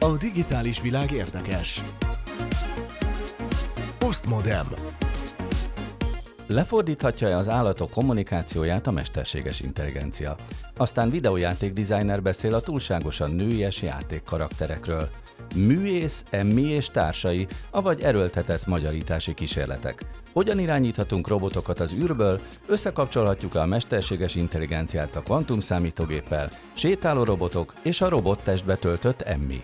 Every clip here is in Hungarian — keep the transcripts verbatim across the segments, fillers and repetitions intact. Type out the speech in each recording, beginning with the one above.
A digitális világ érdekes. Postmodem. Lefordíthatja-e az állatok kommunikációját a mesterséges intelligencia? Aztán videójáték designer beszél a túlságosan nőies játékkarakterekről. Műész, Emmy és társai, avagy erőltetett magyarítási kísérletek. Hogyan irányíthatunk robotokat az űrből, összekapcsolhatjuk a mesterséges intelligenciát a kvantumszámítógéppel, sétáló robotok és a robottestbe töltött Emmy.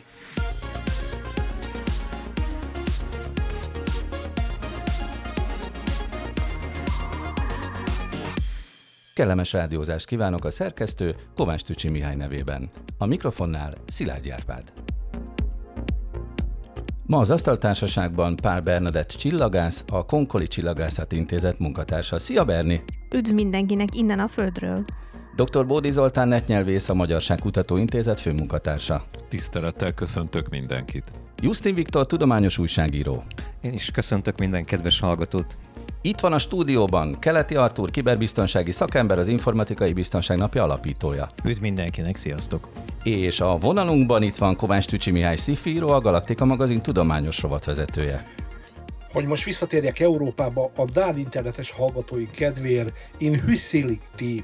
Kellemes rádiózást kívánok a szerkesztő Kovács Tücsi Mihály nevében. A mikrofonnál Szilágyi Árpád. Ma az Asztaltársaságban Pál Bernadett csillagász, a Konkoli Csillagászati Intézet munkatársa. Szia, Berni! Üdv mindenkinek innen a Földről! doktor Bódi Zoltán netnyelvész, a Magyarságkutató Intézet főmunkatársa. Tisztelettel köszöntök mindenkit! Justin Viktor tudományos újságíró. Én is köszöntök minden kedves hallgatót! Itt van a stúdióban Keleti Artúr, kiberbiztonsági szakember, az Informatikai Biztonság Napja alapítója. Üdv mindenkinek, sziasztok! És a vonalunkban itt van Kovács Tücsi Mihály szifíró, a Galaktika magazin tudományos rovatvezetője. Hogy most visszatérjek Európába, a dán internetes hallgatói kedvéért, in Hüsselig team.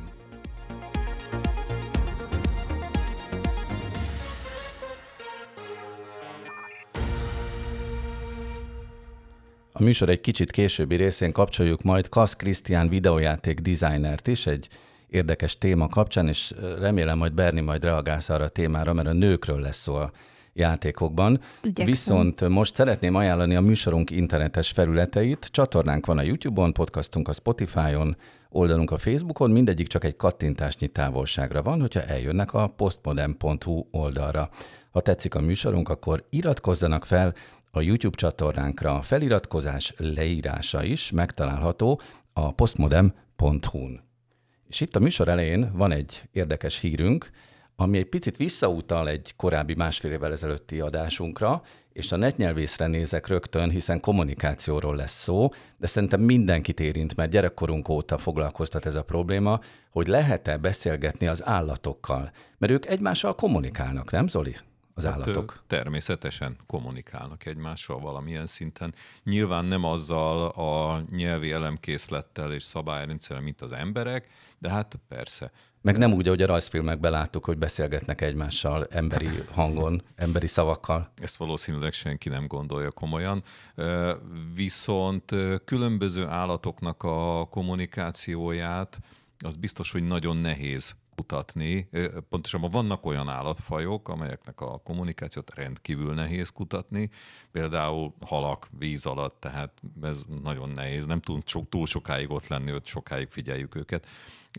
A műsor egy kicsit későbbi részén kapcsoljuk majd Kasz Krisztián videójáték designert is egy érdekes téma kapcsán, és remélem, hogy Berni majd reagálsz arra a témára, mert a nőkről lesz szó a játékokban. Igyekszem. Viszont most szeretném ajánlani a műsorunk internetes felületeit. Csatornánk van a YouTube-on, podcastunk a Spotify-on, oldalunk a Facebookon, mindegyik csak egy kattintásnyi távolságra van, hogyha eljönnek a postmodem pont hu oldalra. Ha tetszik a műsorunk, akkor iratkozzanak fel a YouTube csatornánkra. A feliratkozás leírása is megtalálható a postmodem pont hu-n. És itt a műsor elején van egy érdekes hírünk, ami egy picit visszautal egy korábbi másfél évvel ezelőtti adásunkra, és a netnyelvészre nézek rögtön, hiszen kommunikációról lesz szó, de szerintem mindenkit érint, mert gyerekkorunk óta foglalkoztat ez a probléma, hogy lehet-e beszélgetni az állatokkal, mert ők egymással kommunikálnak, nem Zoli? Az hát állatok. Természetesen kommunikálnak egymással valamilyen szinten. Nyilván nem azzal a nyelvi elemkészlettel és szabályrendszerrel, mint az emberek, de hát persze. Meg nem úgy, ahogy a rajzfilmekben láttuk, hogy beszélgetnek egymással emberi hangon, emberi szavakkal. Ezt valószínűleg senki nem gondolja komolyan. Viszont különböző állatoknak a kommunikációját az biztos, hogy nagyon nehéz kutatni. Pontosabban vannak olyan állatfajok, amelyeknek a kommunikációt rendkívül nehéz kutatni, például halak víz alatt, tehát ez nagyon nehéz, nem tudunk túl sokáig ott lenni, hogy sokáig figyeljük őket.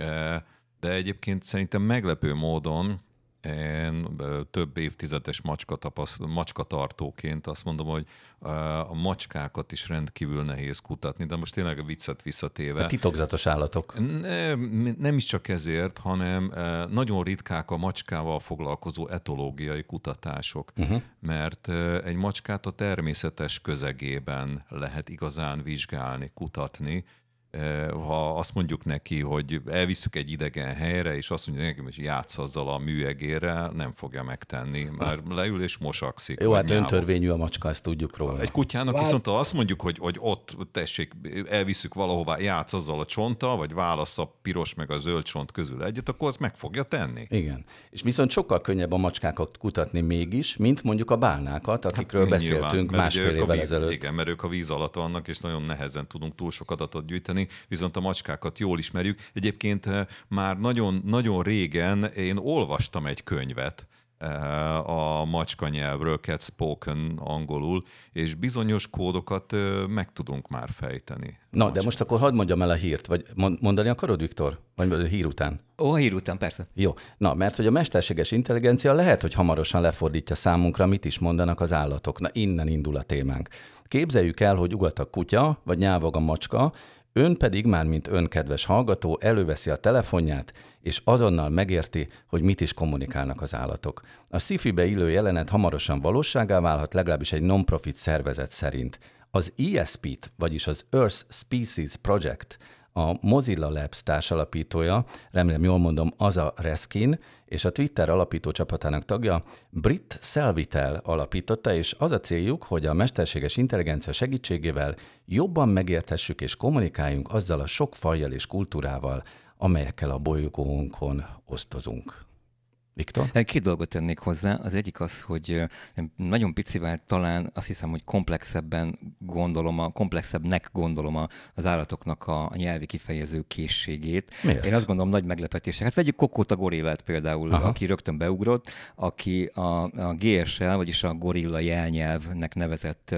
De egyébként szerintem meglepő módon én több évtizedes macskatartóként azt mondom, hogy a macskákat is rendkívül nehéz kutatni, de most tényleg a viccet visszatéve. A titokzatos állatok. Nem, nem is csak ezért, hanem nagyon ritkák a macskával foglalkozó etológiai kutatások, uh-huh. mert egy macskát a természetes közegében lehet igazán vizsgálni, kutatni. Ha azt mondjuk neki, hogy elviszük egy idegen helyre, és azt mondjuk neki, hogy játsz azzal a műegérrel, nem fogja megtenni. Már leül és mosakszik. Jó, hát öntörvényű a macska, ezt tudjuk róla. Egy kutyának Vár... viszont azt mondjuk, hogy, hogy ott tessék, elviszük valahová, játsz azzal a csonttal, vagy válasz a piros meg a zöld csont közül egyet, akkor az meg fogja tenni. Igen. És viszont sokkal könnyebb a macskákat kutatni mégis, mint mondjuk a bálnákat, akikről hát, beszéltünk nyilván, másfél évvel víz, ezelőtt. Igen, mert ők a víz alatt vannak, és nagyon nehezen tudunk túl sok adatot gyűjteni, viszont a macskákat jól ismerjük. Egyébként már nagyon, nagyon régen én olvastam egy könyvet a macska nyelvről, Cat Spoken angolul, és bizonyos kódokat meg tudunk már fejteni. Na, de most akkor hadd mondjam el a hírt, vagy mondani akarod, Viktor? Vagy a hír után? Ó, a hír után, persze. Jó. Na, mert hogy a mesterséges intelligencia lehet, hogy hamarosan lefordítja számunkra, mit is mondanak az állatok. Na, innen indul a témánk. Képzeljük el, hogy ugat a kutya, vagy nyávog a macska, ön pedig már, mint ön, kedves hallgató, előveszi a telefonját, és azonnal megérti, hogy mit is kommunikálnak az állatok. A sci-fibe illő jelenet hamarosan valóságá válhat, legalábbis egy non-profit szervezet szerint. Az E S P-t, vagyis az Earth Species Project, a Mozilla Labs társalapítója, remélem jól mondom, Asa Raskin, és a Twitter alapító csapatának tagja Britt Selvitel alapította, és az a céljuk, hogy a mesterséges intelligencia segítségével jobban megérthessük és kommunikáljunk azzal a sok fajjal és kultúrával, amelyekkel a bolygónkon osztozunk. Viktor? Két dolgot tennék hozzá. Az egyik az, hogy nagyon picivel talán azt hiszem, hogy komplexebben gondolom, a komplexebbnek gondolom az állatoknak a nyelvi kifejező készségét. Miért? Én azt gondolom, nagy meglepetés. Hát vegyük Kokót, a gorillát például, Aha. aki rögtön beugrott, aki a, a gé es el, vagyis a gorilla jelnyelvnek nevezett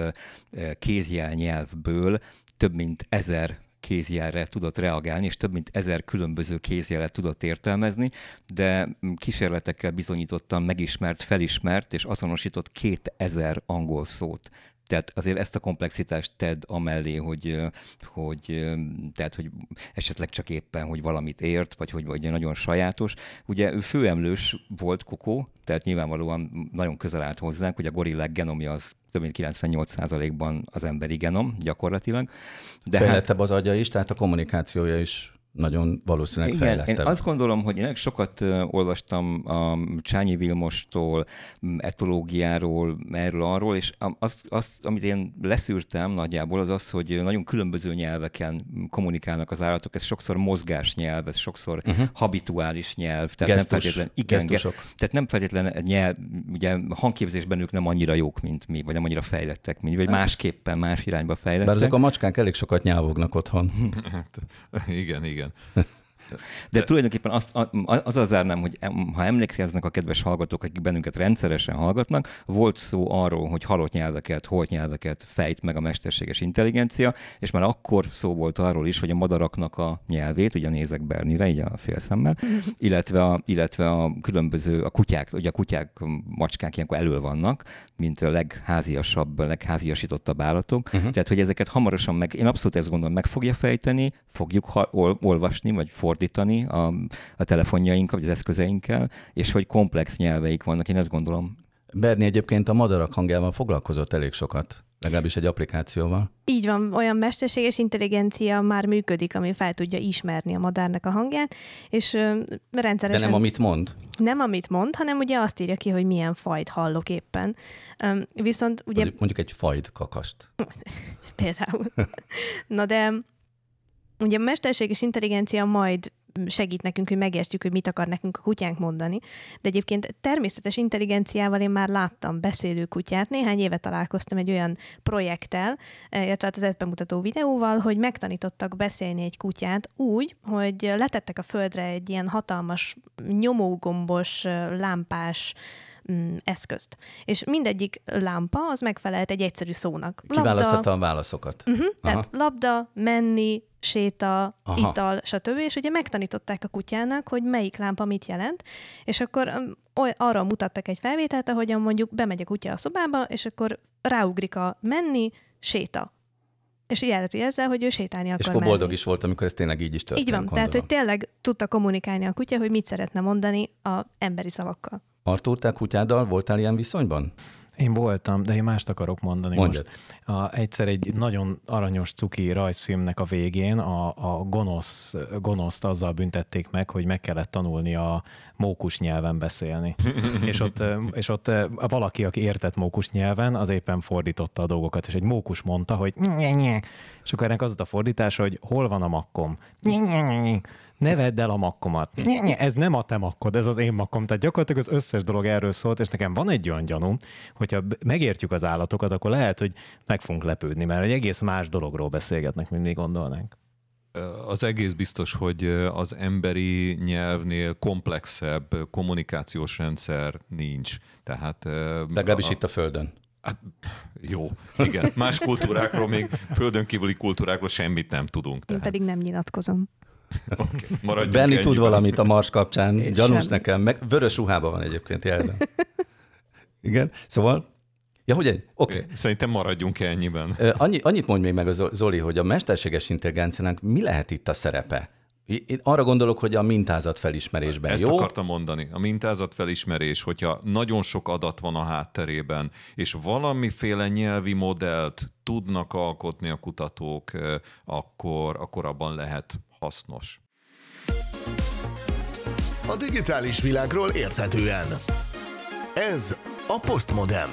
kézjelnyelvből több mint ezer kézjelre tudott reagálni, és több mint ezer különböző kézjelet tudott értelmezni, de kísérletekkel bizonyítottan megismert, felismert és azonosított kétezer angol szót. Tehát azért ezt a komplexitást tedd amellé, hogy, hogy, tehát, hogy esetleg csak éppen, hogy valamit ért, vagy hogy vagy nagyon sajátos. Ugye ő főemlős volt Kokó, tehát nyilvánvalóan nagyon közel állt hozzánk, hogy a gorillák genomja az több mint kilencvennyolc százalékban az emberi genom gyakorlatilag. De fejlettebb hát, az agya is, tehát a kommunikációja is nagyon valószínűleg igen, fejlettebb. Én azt gondolom, hogy én sokat olvastam a Csányi Vilmostól, etológiáról, erről, arról, és azt, azt, amit én leszűrtem nagyjából, az az, hogy nagyon különböző nyelveken kommunikálnak az állatok, ez sokszor mozgásnyelv, ez sokszor uh-huh. habituális nyelv. Tehát Gesztus, nem feltétlen, igen, gesztusok. Tehát nem feltétlenül nyelv, ugye hangképzésben ők nem annyira jók, mint mi, vagy nem annyira fejlettek, mint mi, vagy másképpen, más irányba fejlettek. Bár ezek a macskák elég sokat nyávognak otthon. Hát, igen, igen. De, De tulajdonképpen azt, azzal zárnám, hogy ha emlékeznek a kedves hallgatók, akik bennünket rendszeresen hallgatnak, volt szó arról, hogy halott nyelveket, holt nyelveket fejt meg a mesterséges intelligencia, és már akkor szó volt arról is, hogy a madaraknak a nyelvét, ugye nézek Bernire, így a félszemmel, illetve a, illetve a különböző, a kutyák, ugye a kutyák, macskák ilyenkor elől vannak, mint a legháziasabb, legháziasítottabb állatok. Uh-huh. Tehát, hogy ezeket hamarosan meg, én abszolút ezt gondolom, meg fogja fejteni, fogjuk ha, ol, olvasni, vagy fordítani a, a telefonjainkkal, vagy az eszközeinkkel, és hogy komplex nyelveik vannak, én ezt gondolom. Berni egyébként a madarak hangjával foglalkozott elég sokat, legalábbis egy applikációval. Így van, olyan mesterséges intelligencia már működik, ami fel tudja ismerni a madárnak a hangját, és ö, rendszeresen... De nem amit mond? Nem amit mond, hanem ugye azt írja ki, hogy milyen fajt hallok éppen. Üm, viszont ugye... Mondjuk egy fajd kakast. Például. Na de ugye a mesterséges intelligencia majd segít nekünk, hogy megértjük, hogy mit akar nekünk a kutyánk mondani. De egyébként természetes intelligenciával én már láttam beszélő kutyát. Néhány éve találkoztam egy olyan projekttel, illetve az ezt bemutató videóval, hogy megtanítottak beszélni egy kutyát úgy, hogy letettek a földre egy ilyen hatalmas, nyomógombos, lámpás eszközt. És mindegyik lámpa az megfelelt egy egyszerű szónak. Kiválasztotta a válaszokat. Uh-huh, tehát labda, menni, séta, Aha. ital, stb. És ugye megtanították a kutyának, hogy melyik lámpa mit jelent, és akkor um, arra mutattak egy felvételt, ahogyan mondjuk bemegy a kutya a szobába, és akkor ráugrik a menni, séta. És jelzi ezzel, hogy ő sétálni akar És akkor menni. boldog is volt, amikor ez tényleg így is történt. Így van, gondolom. tehát hogy tényleg tudta kommunikálni a kutya, hogy mit szeretne mondani a emberi szavakkal. Artúr, te kutyáddal voltál ilyen viszonyban? Én voltam, de én mást akarok mondani Mondjad. most. A, egyszer egy nagyon aranyos cuki rajzfilmnek a végén a, a gonosz, gonoszt azzal büntették meg, hogy meg kellett tanulni a mókus nyelven beszélni. és, ott, és ott valaki, aki értett mókus nyelven, az éppen fordította a dolgokat, és egy mókus mondta, hogy nye, nye. És akkor ennek az volt a fordítása, hogy hol van a makkom? Nye, nye, nye. Ne vedd el a makkomat. Nye, nye, ez nem a te makkod, ez az én makkom. Tehát gyakorlatilag az összes dolog erről szólt, és nekem van egy olyan gyanúm, hogyha megértjük az állatokat, akkor lehet, hogy meg fogunk lepődni, mert egy egész más dologról beszélgetnek, mint mi gondolnánk. Az egész biztos, hogy az emberi nyelvnél komplexebb kommunikációs rendszer nincs. Tehát, legalábbis a, itt a Földön. Hát, jó, igen. Más kultúrákról, még földön kívüli kultúrákról semmit nem tudunk. Tehát. Én pedig nem nyilatkozom. Okay, Benni tud valamit a Mars kapcsán, Én gyanús sem. nekem, meg vörös ruhában van egyébként, jelzem. Igen, szóval, ja, hogy egy, oké. Okay. Szerintem maradjunk ennyiben. Annyi, annyit mondj még meg a Zoli, hogy a mesterséges intelligenciának mi lehet itt a szerepe? Én arra gondolok, hogy a mintázatfelismerésben, Ezt jó? akartam mondani. A mintázatfelismerés, hogyha nagyon sok adat van a hátterében, és valamiféle nyelvi modellt tudnak alkotni a kutatók, akkor, akkor abban lehet hasznos. A digitális világról érthetően. Ez a Postmodem.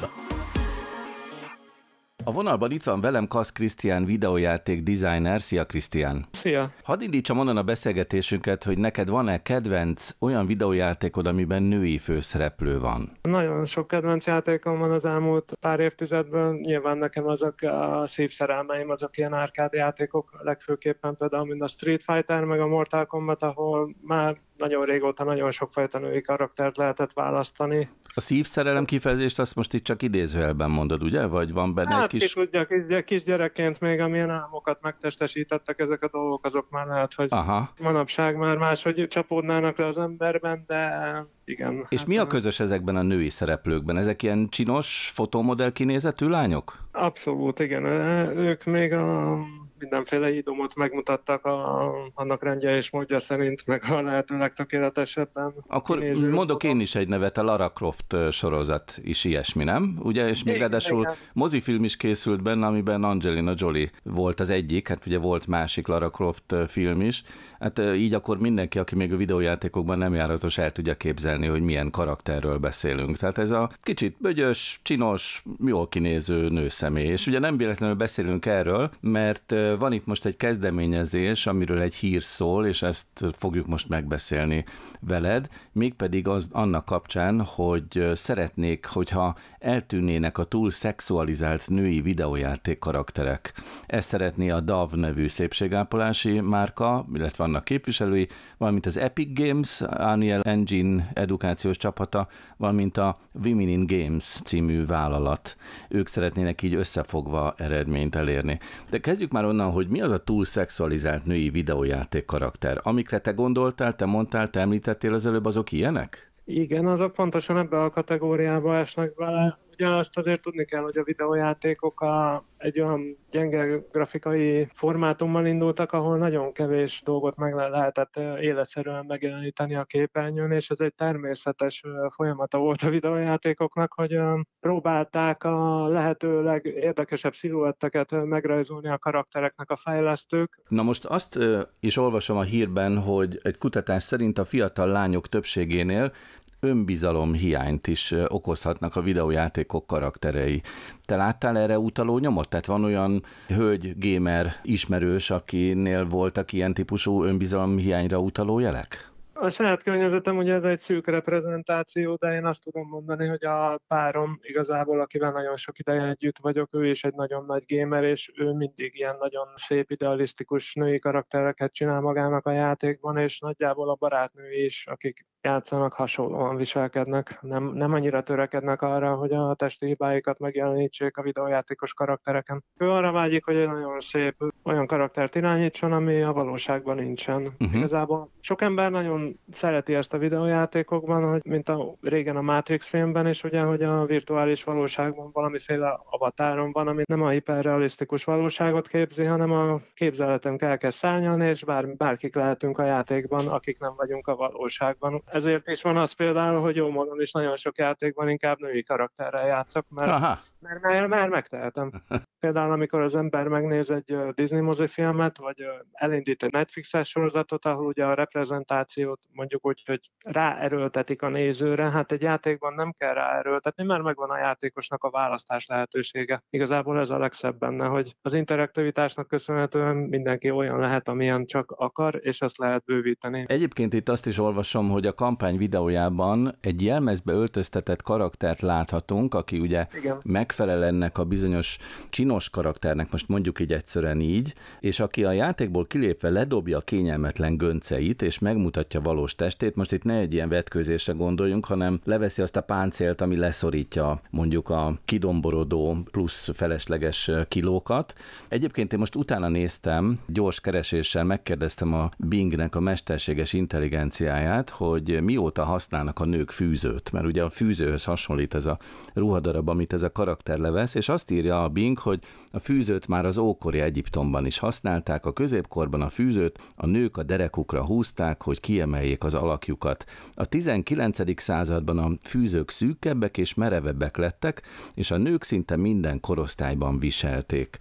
A vonalban itt van velem Kasz Krisztián, videójáték designer. Szia Krisztián! Szia! Hadd indítsam onnan a beszélgetésünket, hogy neked van-e kedvenc olyan videójátékod, amiben női főszereplő van? Nagyon sok kedvenc játékom van az elmúlt pár évtizedből. Nyilván nekem azok a szívszerelmeim, azok ilyen árkád játékok, legfőképpen például, mint a Street Fighter, meg a Mortal Kombat, ahol már nagyon régóta nagyon sokfajta női karaktert lehetett választani. A szívszerelem kifejezést azt most itt csak idézőjelben mondod, ugye? Vagy van benne hát, egy kis... Hát tudja, kis, kisgyerekként még amilyen álmokat megtestesítettek ezek a dolgok, azok már lehet, hogy Aha. manapság már máshogy csapódnának le az emberben, de igen. És hát, mi a közös ezekben a női szereplőkben? Ezek ilyen csinos fotómodell kinézetű lányok? Abszolút, igen. Ők még a mindenféle idomot megmutattak a, annak rendje és módja szerint, meg a lehető legtökéletesebben. Akkor mondok én is egy nevet, a Lara Croft sorozat is ilyesmi, nem? Ugye, és még ráadásul mozifilm is készült benne, amiben Angelina Jolie volt az egyik, hát ugye volt másik Lara Croft film is. Hát így akkor mindenki, aki még a videójátékokban nem járatos, el tudja képzelni, hogy milyen karakterről beszélünk. Tehát ez a kicsit bögyös, csinos, jól kinéző nőszemély. És ugye nem véletlenül beszélünk erről, mert van itt most egy kezdeményezés, amiről egy hír szól, és ezt fogjuk most megbeszélni veled, mégpedig az annak kapcsán, hogy szeretnék, hogyha eltűnnének a túl szexualizált női videójáték karakterek. Ezt szeretné a Dove nevű szépségápolási márka, illetve annak képviselői, valamint az Epic Games, Unreal Engine edukációs csapata, valamint a Women in Games című vállalat. Ők szeretnének így összefogva eredményt elérni. De kezdjük már onnan, hogy mi az a túl szexualizált női videójáték karakter. Amikre te gondoltál, te mondtál, te említettél az előbb, azok ilyenek? Igen, azok pontosan ebbe a kategóriába esnek bele. Ugye azt azért tudni kell, hogy a videójátékok a, egy olyan gyenge grafikai formátummal indultak, ahol nagyon kevés dolgot meg lehetett életszerűen megjeleníteni a képernyőn, és ez egy természetes folyamata volt a videójátékoknak, hogy próbálták a lehető legérdekesebb sziluetteket megrajzolni a karaktereknek a fejlesztők. Na most azt is olvasom a hírben, hogy egy kutatás szerint a fiatal lányok többségénél önbizalom hiányt is okozhatnak a videójátékok karakterei. Te láttál erre utaló nyomot? Tehát van olyan hölgy gamer ismerős, akinél voltak ilyen típusú önbizalom hiányra utaló jelek? A saját környezetem ugye ez egy szűk reprezentáció, de én azt tudom mondani, hogy a párom igazából, akivel nagyon sok ideje együtt vagyok, ő is egy nagyon nagy gamer, és ő mindig ilyen nagyon szép, idealisztikus női karaktereket csinál magának a játékban, és nagyjából a barátnői is, akik játszanak, hasonlóan viselkednek. Nem, nem annyira törekednek arra, hogy a testi hibáikat megjelenítsék a videójátékos karaktereken. Ő arra vágyik, hogy egy nagyon szép olyan karaktert irányítson, ami a valóságban nincsen. Uh-huh. Igazából sok ember nagyon szereti ezt a videójátékokban, hogy mint a régen a Matrix filmben is, ugye, hogy a virtuális valóságban valamiféle avatáron van, ami nem a hiperrealisztikus valóságot képzi, hanem a képzeletünk elkezd szárnyalni, és bár, bárkik lehetünk a játékban, akik nem vagyunk a valóságban. Ezért is van az például, hogy jó magam is nagyon sok játékban inkább női karakterrel játszok, mert, mert, mert, mert megtehetem. Például amikor az ember megnéz egy Disney mozifilmet, vagy elindít egy Netflixes sorozatot, ahol ugye a reprezentációt mondjuk úgy, hogy ráerőltetik a nézőre, hát egy játékban nem kell ráerőltetni, mert megvan a játékosnak a választás lehetősége. Igazából ez a legszebb benne, hogy az interaktivitásnak köszönhetően mindenki olyan lehet, amilyen csak akar, és azt lehet bővíteni. Egyébként itt azt is olvasom, hogy a kampány videójában egy jelmezbe öltöztetett karaktert láthatunk, aki ugye igen, megfelel ennek a bizonyos csinos karakternek, most mondjuk így egyszerűen így, és aki a játékból kilépve ledobja a kényelmetlen gönceit, és megmutatja valós testét, most itt ne egy ilyen vetkőzésre gondoljunk, hanem leveszi azt a páncélt, ami leszorítja mondjuk a kidomborodó plusz felesleges kilókat. Egyébként én most utána néztem, gyors kereséssel megkérdeztem a Bingnek a mesterséges intelligenciáját, hogy mióta használnak a nők fűzőt, mert ugye a fűzőhöz hasonlít ez a ruhadarab, amit ez a karakter levesz, és azt írja a Bing, hogy a fűzőt már az ókori Egyiptomban is használták, a középkorban a fűzőt a nők a derekukra húzták, hogy kiemeljék az alakjukat. A tizenkilencedik században a fűzők szűkebbek és merevebbek lettek, és a nők szinte minden korosztályban viselték.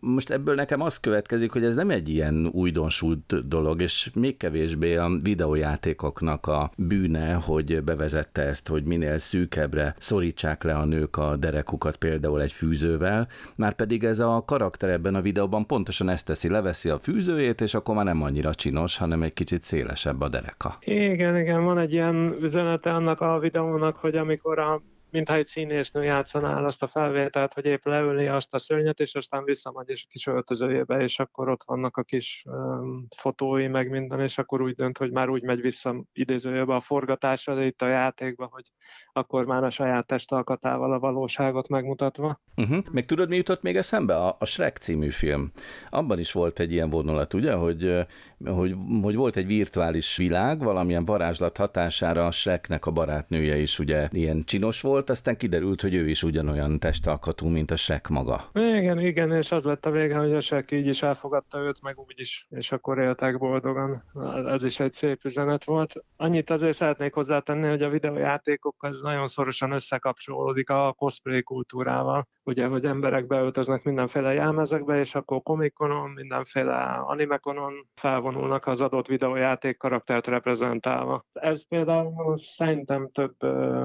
most ebből nekem az következik, hogy ez nem egy ilyen újdonsult dolog, és még kevésbé a videójátékoknak a bűne, hogy bevezette ezt, hogy minél szűkebbre szorítsák le a nők a derekukat például egy fűzővel, már pedig ez a karakter ebben a videóban pontosan ezt teszi, leveszi a fűzőjét, és akkor már nem annyira csinos, hanem egy kicsit szélesebb a dereka. Igen, igen, van egy ilyen üzenete annak a videónak, hogy amikor a mintha egy színésznő játszaná azt a felvételt, hogy épp leülni azt a szörnyet, és aztán visszamegy és kis öltözőjébe, és akkor ott vannak a kis um, fotói, meg minden, és akkor úgy dönt, hogy már úgy megy vissza idézőjébe a forgatásra, de itt a játékba, hogy akkor már a saját testalkatával a valóságot megmutatva. Uh-huh. Még tudod, mi jutott még eszembe? A, a Shrek című film. Abban is volt egy ilyen vonulat, ugye, hogy, hogy, hogy volt egy virtuális világ, valamilyen varázslat hatására a Shreknek a barátnője is ugye ilyen csinos volt, aztán kiderült, hogy ő is ugyanolyan testalkatú, mint a Shrek maga. Igen, igen, és az lett a vége, hogy a Shrek így is elfogadta őt, meg úgy is, és akkor éltek boldogan. Ez is egy szép üzenet volt. Annyit azért szeretnék hozzátenni, hogy a videójátékok az nagyon szorosan összekapcsolódik a cosplay kultúrával. Ugye, hogy emberek beöltöznek mindenféle jelmezekbe, és akkor komikonon, mindenféle animekonon felvonulnak az adott videójáték karaktert reprezentálva. Ez például szerintem több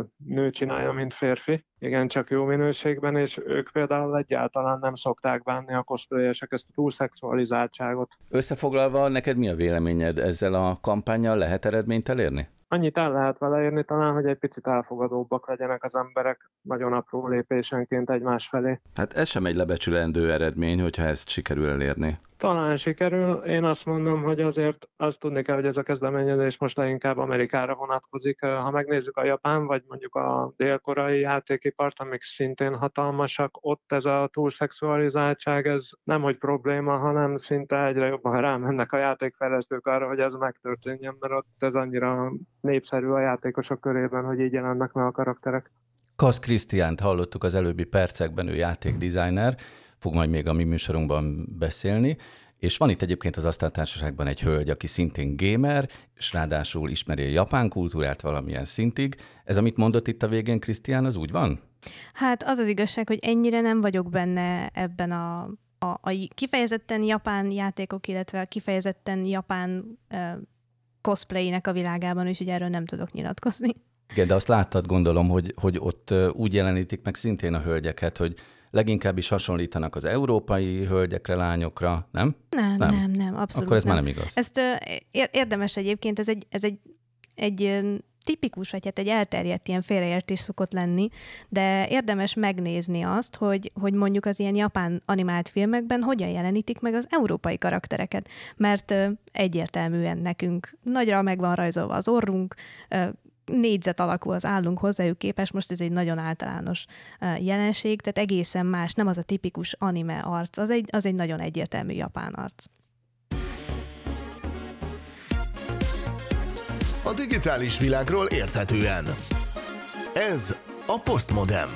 nő csinálja, mint férfi. Igen, csak jó minőségben, és ők például egyáltalán nem szokták bánni a cosplayesek ezt a túlszexualizáltságot. Összefoglalva, neked mi a véleményed? Ezzel a kampánnyal lehet eredményt elérni? Annyit el lehet vele érni talán, hogy egy picit elfogadóbbak legyenek az emberek nagyon apró lépésenként egymás felé. Hát ez sem egy lebecsülendő eredmény, hogyha ezt sikerül elérni. Talán sikerül. Én azt mondom, hogy azért azt tudni kell, hogy ez a kezdeményezés most leginkább Amerikára vonatkozik. Ha megnézzük a japán, vagy mondjuk a dél-koreai játékipart, amik szintén hatalmasak, ott ez a túlszexualizáltság, ez nem hogy probléma, hanem szinte egyre jobban rámennek a játékfejlesztők arra, hogy ez megtörténjen, mert ott ez annyira népszerű a játékosok körében, hogy így jelennek meg a karakterek. Kasz Krisztiánt hallottuk az előbbi percekben, ő játékdesigner, fog majd még a mi műsorunkban beszélni, és van itt egyébként az Asztaltársaságban egy hölgy, aki szintén gamer, és ráadásul ismeri a japán kultúrát valamilyen szintig. Ez, amit mondott itt a végén, Krisztián, az úgy van? Hát az az igazság, hogy ennyire nem vagyok benne ebben a, a, a kifejezetten japán játékok, illetve a kifejezetten japán uh, cosplaynek a világában, úgyhogy erről nem tudok nyilatkozni. Igen, de azt láttad, gondolom, hogy, hogy ott úgy jelenítik meg szintén a hölgyeket, hogy leginkább is hasonlítanak az európai hölgyekre, lányokra, nem? Nem, nem, nem, nem abszolút Akkor ez nem. már nem igaz. Ezt uh, érdemes egyébként, ez egy, ez egy, egy uh, tipikus, vagy hát egy elterjedt ilyen félreértés szokott lenni, de érdemes megnézni azt, hogy, hogy mondjuk az ilyen japán animált filmekben hogyan jelenítik meg az európai karaktereket, mert uh, egyértelműen nekünk nagyra meg van rajzolva az orrunk, uh, négyzet alakú az állunk hozzájuk képest, most ez egy nagyon általános uh, jelenség, tehát egészen más, nem az a tipikus anime arc, az egy, az egy nagyon egyértelmű japán arc. A digitális világról érthetően. Ez a Postmodem.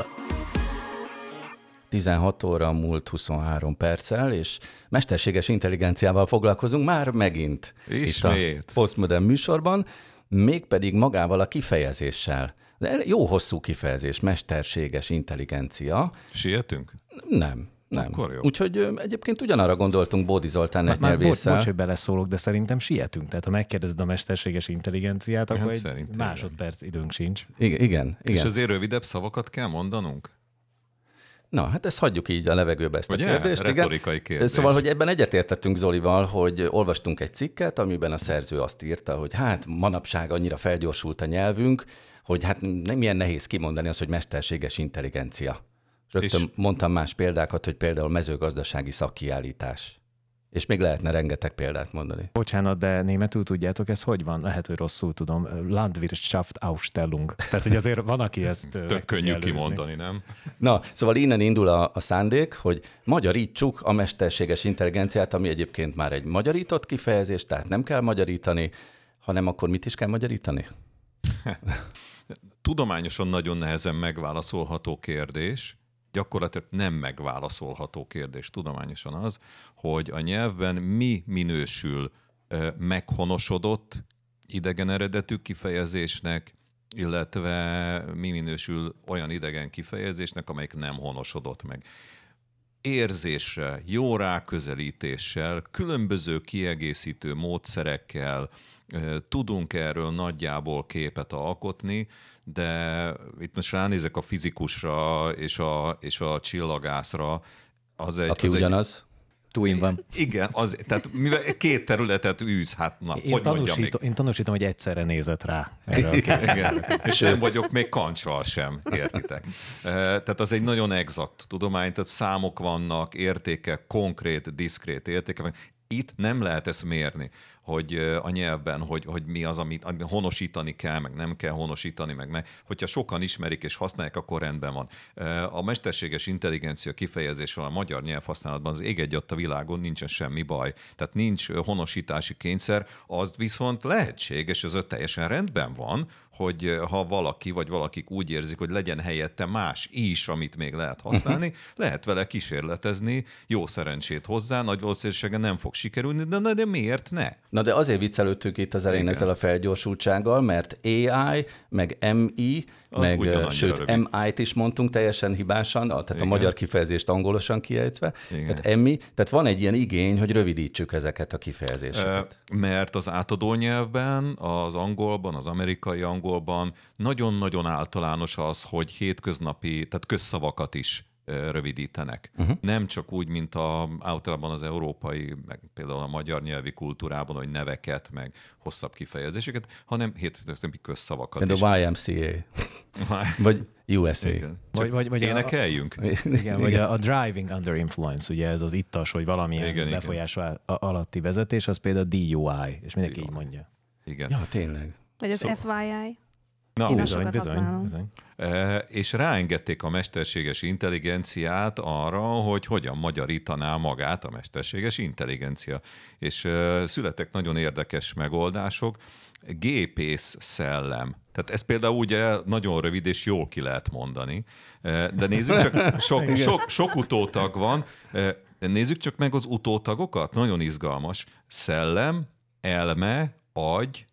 tizenhat óra múlt huszonhárom perccel, és mesterséges intelligenciával foglalkozunk már megint. Ismét. Itt a Postmodem műsorban, mégpedig magával a kifejezéssel. De jó hosszú kifejezés, mesterséges intelligencia. Sietünk? Nem. Nem. Akkor jó. Úgyhogy egyébként ugyanarra gondoltunk Bódi Zoltán egy nyelvésszel. Bocs, hogy beleszólok, de szerintem sietünk. Tehát ha megkérdezed a mesterséges intelligenciát, Hát akkor egy szerintem másodperc időnk sincs. Igen, igen, igen. És azért rövidebb szavakat kell mondanunk? Na, hát ezt hagyjuk így a levegőbe, ezt Ugye? a kérdést. Retorikai igen. kérdés. Szóval, hogy ebben egyetértettünk Zolival, hogy olvastunk egy cikket, amiben a szerző azt írta, hogy hát manapság annyira felgyorsult a nyelvünk, hogy hát nem ilyen nehéz kimondani azt, hogy mesterséges intelligencia. Rögtön és... mondtam más példákat, hogy például mezőgazdasági szakkiállítás. És még lehetne rengeteg példát mondani. Bocsánat, de németül tudjátok, ez hogy van? Lehet, hogy rosszul tudom. Landwirtschaftsaufstellung. Tehát, hogy azért van, aki ezt tök könnyű kimondani, nem? Na, szóval innen indul a, a szándék, hogy magyarítsuk a mesterséges intelligenciát, ami egyébként már egy magyarított kifejezés, tehát nem kell magyarítani, hanem akkor mit is kell magyarítani? Tudományosan nagyon nehezen megválaszolható kérdés, gyakorlatilag nem megválaszolható kérdés tudományosan az, hogy a nyelvben mi minősül meghonosodott idegen eredetű kifejezésnek, illetve mi minősül olyan idegen kifejezésnek, amelyik nem honosodott meg. érzéssel, jó ráközelítéssel, különböző kiegészítő módszerekkel tudunk erről nagyjából képet alkotni, de itt most ránézek a fizikusra és a, és a csillagászra. Az egy, Aki az ugyanaz? Egy, Túin van. Igen, az, tehát mivel két területet űz, hát na, Én, hogy mondjam még. tanúsítom, én tanúsítom, hogy egyszerre nézett rá. Erre a Igen, igen. És nem vagyok még kancsal sem, értitek? Tehát az egy nagyon exakt tudomány, tehát számok vannak, értékek, konkrét, diszkrét értékek. Itt nem lehet ezt mérni, hogy a nyelvben, hogy, hogy mi az, amit honosítani kell, meg nem kell honosítani, meg meg. Hogyha sokan ismerik és használják, akkor rendben van. A mesterséges intelligencia kifejezéssel a magyar nyelvhasználatban az ég egyatt a világon nincsen semmi baj. Tehát nincs honosítási kényszer, az viszont lehetséges, ez teljesen rendben van, hogy ha valaki vagy valakik úgy érzik, hogy legyen helyette más is, amit még lehet használni, uh-huh. lehet vele kísérletezni, jó szerencsét hozzá, nagy valószínűséggel nem fog sikerülni, de, de miért ne? Na de azért viccelődtünk itt az elején ezzel a felgyorsultsággal, mert á i, meg em i, az meg sőt rövid. em i-t is mondtunk teljesen hibásan, tehát igen. a magyar kifejezést angolosan kiejtve. Tehát em i, tehát van egy ilyen igény, hogy rövidítsük ezeket a kifejezéseket. E, mert az átadó nyelvben, az angolban, az amerikai angolban nagyon-nagyon általános az, hogy hétköznapi, tehát közszavakat is rövidítenek. Uh-huh. Nem csak úgy, mint a, általában az európai, meg például a magyar nyelvi kultúrában, hogy neveket, meg hosszabb kifejezéseket, hanem hétköznapi közszavakat de is. A Y M C A. Vagy U S A. Vagy, vagy, vagy énekeljünk. A, igen, vagy a, a driving under influence, ugye ez az ittas, vagy valamilyen igen, befolyás igen. alatti vezetés, az például D U I, és mindenki D U I. Így mondja. Igen. Ja, tényleg. Vagy az Szó... F Y I. Na, Én bizony, bizony, bizony. E, és ráengedték a mesterséges intelligenciát arra, hogy hogyan magyarítaná magát a mesterséges intelligencia. És e, születtek nagyon érdekes megoldások. Gépész szellem. Tehát ez például ugye nagyon rövid és jól ki lehet mondani. E, de nézzük csak, sok, sok, sok utótag van. E, nézzük csak meg az utótagokat. Nagyon izgalmas. Szellem, elme, agy,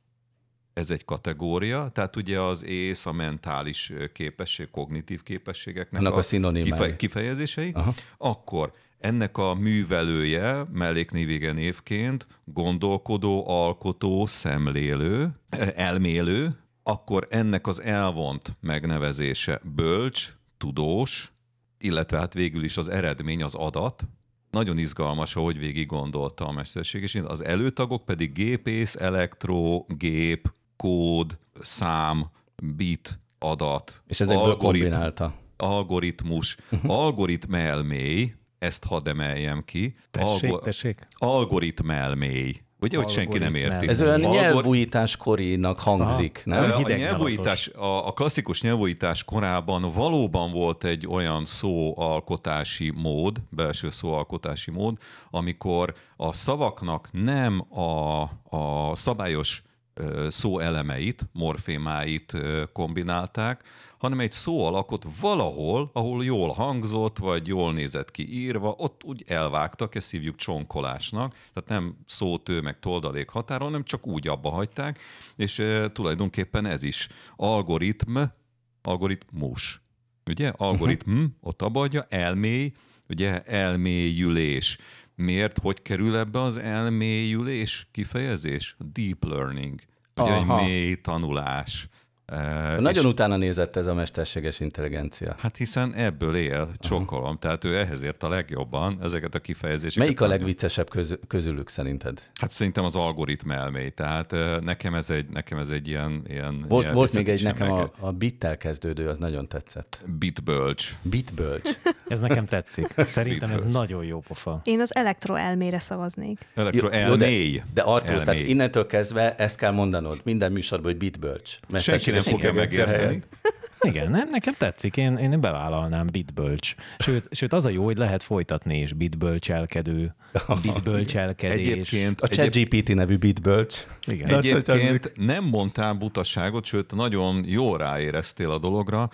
ez egy kategória, tehát ugye az ész, a mentális képesség, kognitív képességeknek annak a, a szinonimái. Kifejezései. Aha. Akkor ennek a művelője, melléknévége névként gondolkodó, alkotó, szemlélő, elmélő, akkor ennek az elvont megnevezése bölcs, tudós, illetve hát végül is az eredmény, az adat. Nagyon izgalmas, ahogy végig gondolta a mesterség, és az előtagok pedig gépész, elektro, gép, kód, szám, bit, adat, és ezekből kombinálta. Algoritmus, uh-huh. algoritmelmély, ezt hadd emeljem ki. Tessék, Algo- tessék. Algoritmelmély. Ugye, hogy senki nem érti. Ez olyan Algor... nyelvújítás korinak hangzik, Aha. nem? A, a, nyelvújítás, a, a klasszikus nyelvújítás korában valóban volt egy olyan szóalkotási mód, belső szóalkotási mód, amikor a szavaknak nem a, a szabályos szóelemeit, morfémáit kombinálták, hanem egy szó alakot valahol, ahol jól hangzott, vagy jól nézett ki írva, ott úgy elvágtak, ezt hívjuk csonkolásnak, tehát nem szótő meg toldalék határon, hanem csak úgy abba hagyták, és e, tulajdonképpen ez is algoritm, algoritmus. Ugye? Algoritm, uh-huh. ott abba hagyja, elmély, ugye elmélyülés. Miért? Hogy kerül ebbe az elmélyülés kifejezés? Deep learning. Ugye Aha. egy mély tanulás. Nagyon és utána nézett ez a mesterséges intelligencia. Hát hiszen ebből él, csonkolom. Tehát ő ehhez ért a legjobban ezeket a kifejezéseket. Melyik a legviccesebb köz, közülük szerinted? Hát szerintem az algoritm elmély. Tehát nekem ez egy, nekem ez egy ilyen... ilyen volt, volt még egy nekem a, a bittel kezdődő, az nagyon tetszett. Bitbölcs. Bitbölcs. Ez nekem tetszik. Szerintem ez nagyon jó pofa. Én az elektroelmére szavaznék. Elektroelmély. De, de Artur, tehát innentől kezdve ezt kell mondanod minden műsorban, hogy bitbölcs. Senki nem fogja megérteni. Igen, nem, nekem tetszik, én, én bevállalnám bitbölcs. Sőt, sőt, az a jó, hogy lehet folytatni is bitbölcselkedő, bitbölcselkedés. Egyébként, a ChatGPT nevű bitbölcs. Igen. Egyébként nem mondtál butaságot, sőt, nagyon jól ráéreztél a dologra.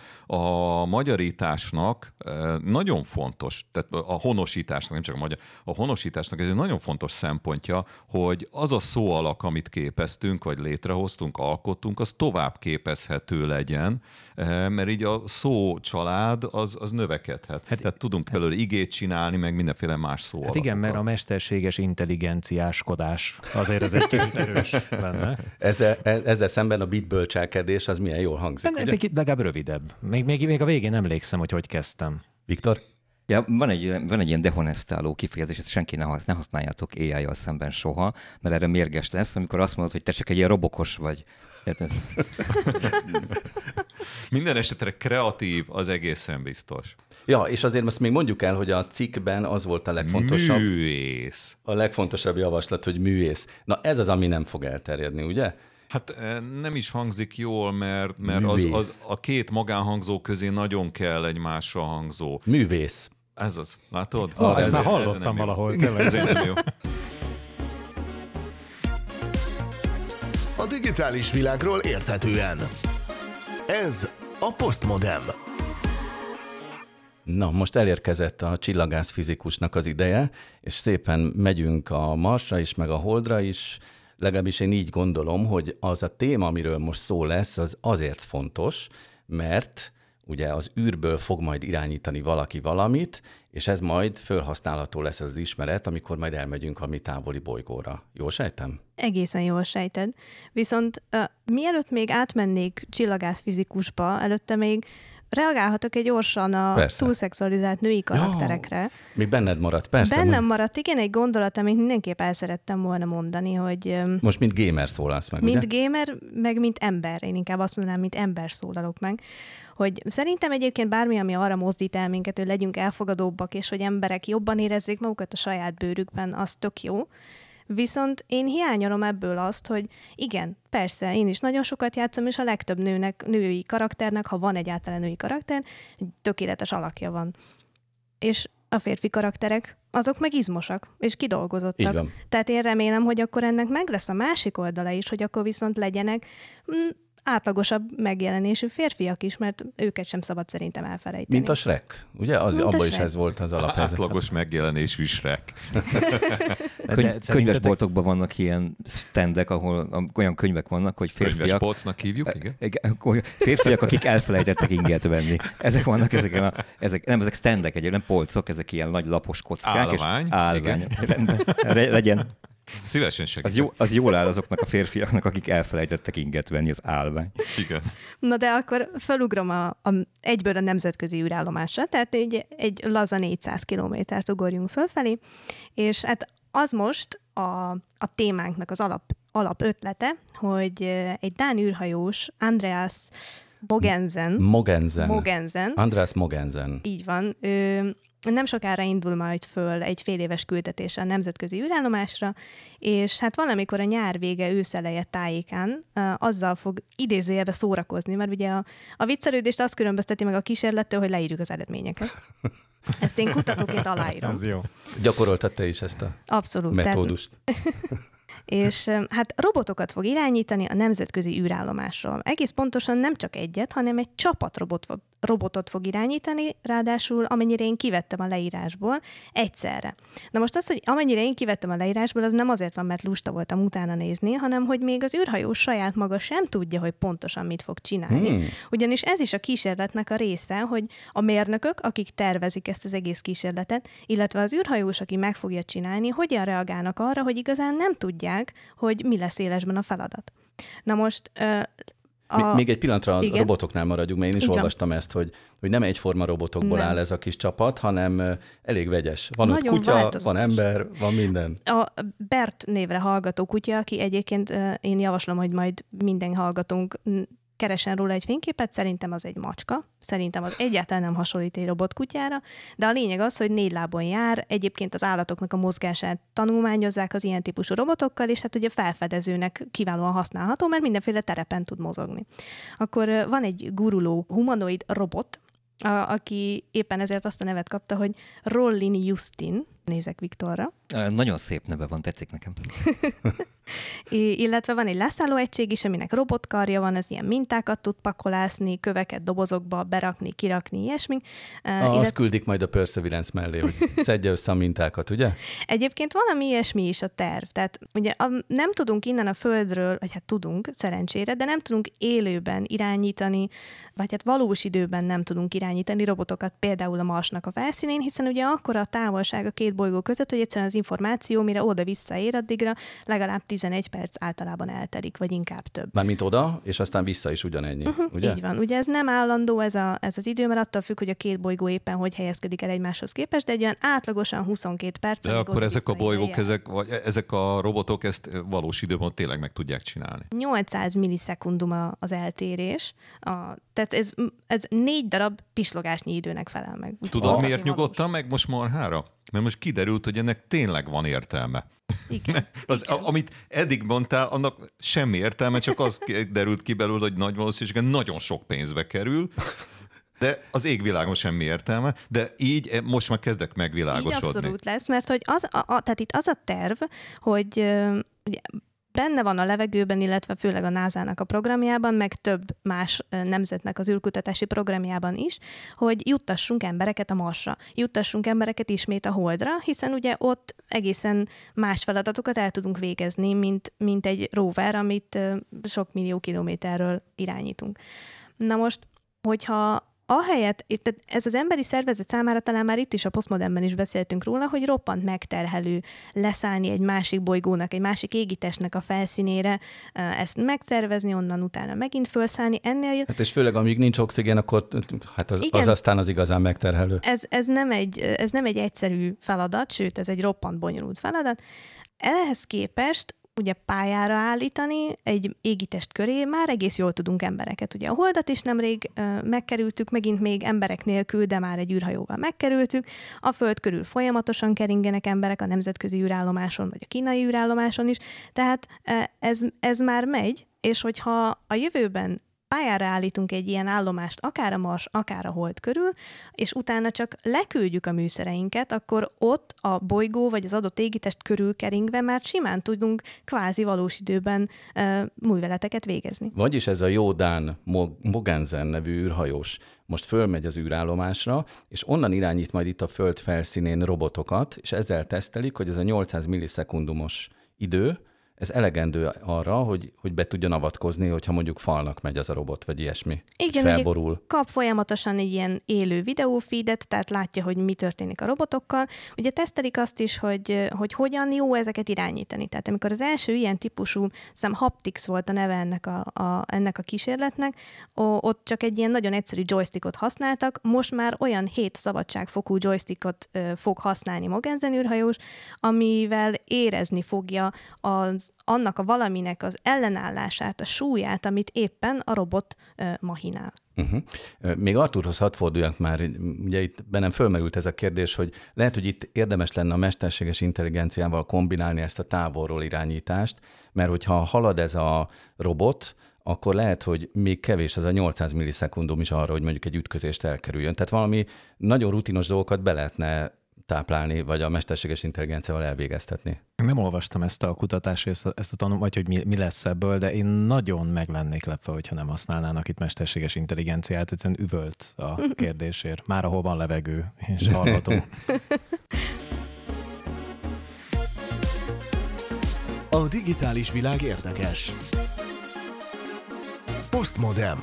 A magyarításnak nagyon fontos, tehát a honosításnak, nem csak a magyar, a honosításnak ez egy nagyon fontos szempontja, hogy az a szóalak, amit képeztünk, vagy létrehoztunk, alkottunk, az tovább képezhető legyen, mert így a szó család az, az növekedhet. Hát, Tehát tudunk hát, belőle igét csinálni, meg mindenféle más szó. Hát igen, mert a mesterséges intelligenciáskodás azért ez egy kicsit erős benne. Ezzel, ezzel szemben a bitbölcselkedés az milyen jól hangzik. De, de, legalább rövidebb. Még, még, még a végén emlékszem, hogy hogy kezdtem. Viktor? Ja, van egy, van egy ilyen dehonestáló kifejezés, ezt senki ne, hasz, ne használjátok á í-jal szemben soha, mert erre mérges lesz, amikor azt mondod, hogy te csak egy ilyen robokos vagy. Minden esetre kreatív, az egészen biztos. Ja, és azért most még mondjuk el, hogy a cikkben az volt a legfontosabb. Művész. A legfontosabb javaslat, hogy művész. Na ez az, ami nem fog elterjedni, ugye? Hát nem is hangzik jól, mert, mert az, az, a két magánhangzó közé nagyon kell egy másra hangzó. Művész. Ez az, látod? Ah, ezt már hallottam valahol. Ez nem jó. A digitális világról érthetően. Ez a Postmodem. Na, most elérkezett a csillagászfizikusnak az ideje, és szépen megyünk a Marsra is, meg a Holdra is. Legalábbis én így gondolom, hogy az a téma, amiről most szó lesz, az azért fontos, mert ugye az űrből fog majd irányítani valaki valamit, és ez majd felhasználható lesz az ismeret, amikor majd elmegyünk a mi távoli bolygóra. Jól sejtem? Egészen jól sejted. Viszont uh, mielőtt még átmennék csillagászfizikusba, előtte még reagálhatok egy gyorsan a persze. túlszexualizált női karakterekre. Ja, még benned maradt, persze. Bennem mond... maradt, igen, egy gondolat, amit mindenképp el szerettem volna mondani, hogy... Most mint gamer szólalsz meg, mint ugye? gamer, meg mint ember. Én inkább azt mondanám, mint ember szólalok meg. Hogy szerintem egyébként bármi, ami arra mozdít el minket, hogy legyünk elfogadóbbak, és hogy emberek jobban érezzék magukat a saját bőrükben, az tök jó. Viszont én hiányolom ebből azt, hogy igen, persze, én is nagyon sokat játszom, és a legtöbb nőnek, női karakternek, ha van egyáltalán női karakter, tökéletes alakja van. És a férfi karakterek, azok meg izmosak, és kidolgozottak. Tehát én remélem, hogy akkor ennek meg lesz a másik oldala is, hogy akkor viszont legyenek mm, átlagosabb megjelenésű férfiak is, mert őket sem szabad szerintem elfelejteni. Mint a Shrek, ugye? Az, abban is ez volt az alaphelyzet. Átlagos megjelenésű Shrek. Köny- könyvesboltokban vannak ilyen standek, ahol olyan könyvek vannak, hogy férfiak... Könyvespolcnak hívjuk, igen? Férfiak, akik elfelejtettek inget venni. Ezek vannak, ezek, a, ezek nem, ezek standek, egyébként nem polcok, ezek ilyen nagy lapos kockák. Állvány. És állvány. Rendben, legyen. Szívesen segítek. Az, jó, az jól áll azoknak a férfiaknak, akik elfelejtettek inget venni, az állvány. Igen. Na de akkor felugrom a, a, egyből a nemzetközi űrállomásra, tehát egy, egy laza négyszáz kilométert ugorjunk fölfelé, és hát az most a, a témánknak az alap, alap ötlete, hogy egy dán űrhajós, Andreas Mogensen. Mogensen. Mogensen. Andreas Mogensen. Így van. Ő, nem sokára indul majd föl egy fél éves küldetésre a nemzetközi űrállomásra, és hát valamikor a nyár vége, őszeleje tájékán uh, azzal fog idézőjelbe szórakozni, mert ugye a, a viccelődést azt különbözteti meg a kísérlettől, hogy leírjuk az eredményeket. Ezt én kutatóként aláírom. Ez jó. Gyakoroltad te is ezt a Abszolút, metódust. Tehát... És hát robotokat fog irányítani a nemzetközi űrállomásról. Egész pontosan nem csak egyet, hanem egy csapat robot, robotot fog irányítani, ráadásul amennyire én kivettem a leírásból, egyszerre. Na most az, hogy amennyire én kivettem a leírásból, az nem azért van, mert lusta voltam utána nézni, hanem hogy még az űrhajó saját maga sem tudja, hogy pontosan mit fog csinálni. Hmm. Ugyanis ez is a kísérletnek a része, hogy a mérnökök, akik tervezik ezt az egész kísérletet, illetve az űrhajós, aki meg fogja csinálni, hogyan reagálnak arra, hogy igazán nem tudják, hogy mi lesz élesben a feladat. Na most... A... Még egy pillanatra a igen? robotoknál maradjunk, mert én is Igen. olvastam ezt, hogy, hogy nem egyforma robotokból nem. áll ez a kis csapat, hanem elég vegyes. Van Nagyon ott kutya, változatos. Van ember, van minden. A Bert névre hallgató kutya, aki egyébként én javaslom, hogy majd minden hallgatónk keresen róla egy fényképet, szerintem az egy macska, szerintem az egyáltalán nem hasonlít egy robotkutyára, de a lényeg az, hogy négy lábon jár, egyébként az állatoknak a mozgását tanulmányozzák az ilyen típusú robotokkal, és hát ugye felfedezőnek kiválóan használható, mert mindenféle terepen tud mozogni. Akkor van egy guruló humanoid robot, a, aki éppen ezért azt a nevet kapta, hogy Rollin Justin, Nézek Viktorra. Nagyon szép neve van, tetszik nekem. I- illetve van egy leszállóegység is, aminek robotkarja van, ez ilyen mintákat tud pakolászni, köveket dobozokba berakni, kirakni, ilyesmi. Uh, Illet... Azt küldik majd a Perseverance mellé, hogy szedje össze a mintákat, ugye? Egyébként valami ilyesmi is a terv. Tehát ugye a, nem tudunk innen a Földről, vagy hát tudunk, szerencsére, de nem tudunk élőben irányítani, vagy hát valós időben nem tudunk irányítani robotokat, például a Marsnak a felszínén, hiszen ugye akkora a távolság a két bolygó között, hogy egyszerűen az információ, mire oda-vissza ér, addigra legalább tizenegy perc általában eltelik, vagy inkább több. Mármint oda, és aztán vissza is ugyanennyi, uh-huh, ugye? Így van. Ugye ez nem állandó ez, a, ez az idő, mert attól függ, hogy a két bolygó éppen hogy helyezkedik el egymáshoz képest, de egy olyan átlagosan huszonkettő perc. De akkor ezek a bolygók, ezek, vagy ezek a robotok ezt valós időben tényleg meg tudják csinálni. nyolcszáz millisekundum az eltérés. A, tehát ez, ez négy darab pislogásnyi időnek felel meg. Tudod, miért nyugodtam meg most marhára? Mert most kiderült, hogy ennek tényleg van értelme. Igen. az, igen. Amit eddig mondtál, annak semmi értelme, csak az derült ki belőle, hogy nagy valószínűséggel nagyon sok pénzbe kerül, de az égvilágon semmi értelme, de így most már kezdek megvilágosodni. Így abszolút lesz, mert hogy az, a, a, tehát itt az a terv, hogy uh, ugye, benne van a levegőben, illetve főleg a nászának a programjában, meg több más nemzetnek az űrkutatási programjában is, hogy juttassunk embereket a Marsra, juttassunk embereket ismét a Holdra, hiszen ugye ott egészen más feladatokat el tudunk végezni, mint, mint egy rover, amit sok millió kilométerről irányítunk. Na most, hogyha ahelyett, ez az emberi szervezet számára talán már itt is a posztmodernben is beszéltünk róla, hogy roppant megterhelő leszállni egy másik bolygónak, egy másik égitestnek a felszínére, ezt megtervezni, onnan utána megint felszállni. Ennél... Hát és főleg amíg nincs oxigén, akkor hát az, az aztán az igazán megterhelő. Ez, ez, nem egy, ez nem egy egyszerű feladat, sőt, ez egy roppant bonyolult feladat. Ehhez képest ugye pályára állítani egy égitest köré, már egész jól tudunk embereket. Ugye a Holdat is nemrég uh, megkerültük, megint még emberek nélkül, de már egy űrhajóval megkerültük. A Föld körül folyamatosan keringenek emberek a nemzetközi űrállomáson, vagy a kínai űrállomáson is. Tehát uh, ez, ez már megy, és hogyha a jövőben pályára állítunk egy ilyen állomást, akár a Mars, akár a Hold körül, és utána csak leküldjük a műszereinket, akkor ott a bolygó vagy az adott égitest körül keringve már simán tudunk kvázi valós időben uh, műveleteket végezni. Vagyis ez a jó dán Mogensen nevű űrhajós most fölmegy az űrállomásra, és onnan irányít majd itt a Föld felszínén robotokat, és ezzel tesztelik, hogy ez a nyolcszáz millisekundumos idő, ez elegendő arra, hogy, hogy be tudjon avatkozni, hogyha mondjuk falnak megy az a robot, vagy ilyesmi. Igen, felborul. Kap folyamatosan egy ilyen élő videófeedet, tehát látja, hogy mi történik a robotokkal. Ugye tesztelik azt is, hogy, hogy hogyan jó ezeket irányítani. Tehát amikor az első ilyen típusú, szem Haptics volt a neve ennek a, a, ennek a kísérletnek, ott csak egy ilyen nagyon egyszerű joystickot használtak, most már olyan hét szabadságfokú joystickot fog használni Mogensen űrhajós, amivel érezni fogja az annak a valaminek az ellenállását, a súlyát, amit éppen a robot uh, machinál. Uh-huh. Még Arturhoz hadd forduljak már, ugye itt bennem fölmerült ez a kérdés, hogy lehet, hogy itt érdemes lenne a mesterséges intelligenciával kombinálni ezt a távolról irányítást, mert hogyha halad ez a robot, akkor lehet, hogy még kevés ez a nyolcszáz millisekundum is arra, hogy mondjuk egy ütközést elkerüljön. Tehát valami nagyon rutinos dolgokat be lehetne táplálni, vagy a mesterséges intelligenciával elvégeztetni. Nem olvastam ezt a kutatást, ezt a, ezt a tanul, vagy hogy mi, mi lesz ebből, de én nagyon meg lennék lepve, hogyha nem használnának itt mesterséges intelligenciát, egyszerűen üvölt a kérdésért. Már ahol van levegő, és hallható. A digitális világ érdekes. Postmodern.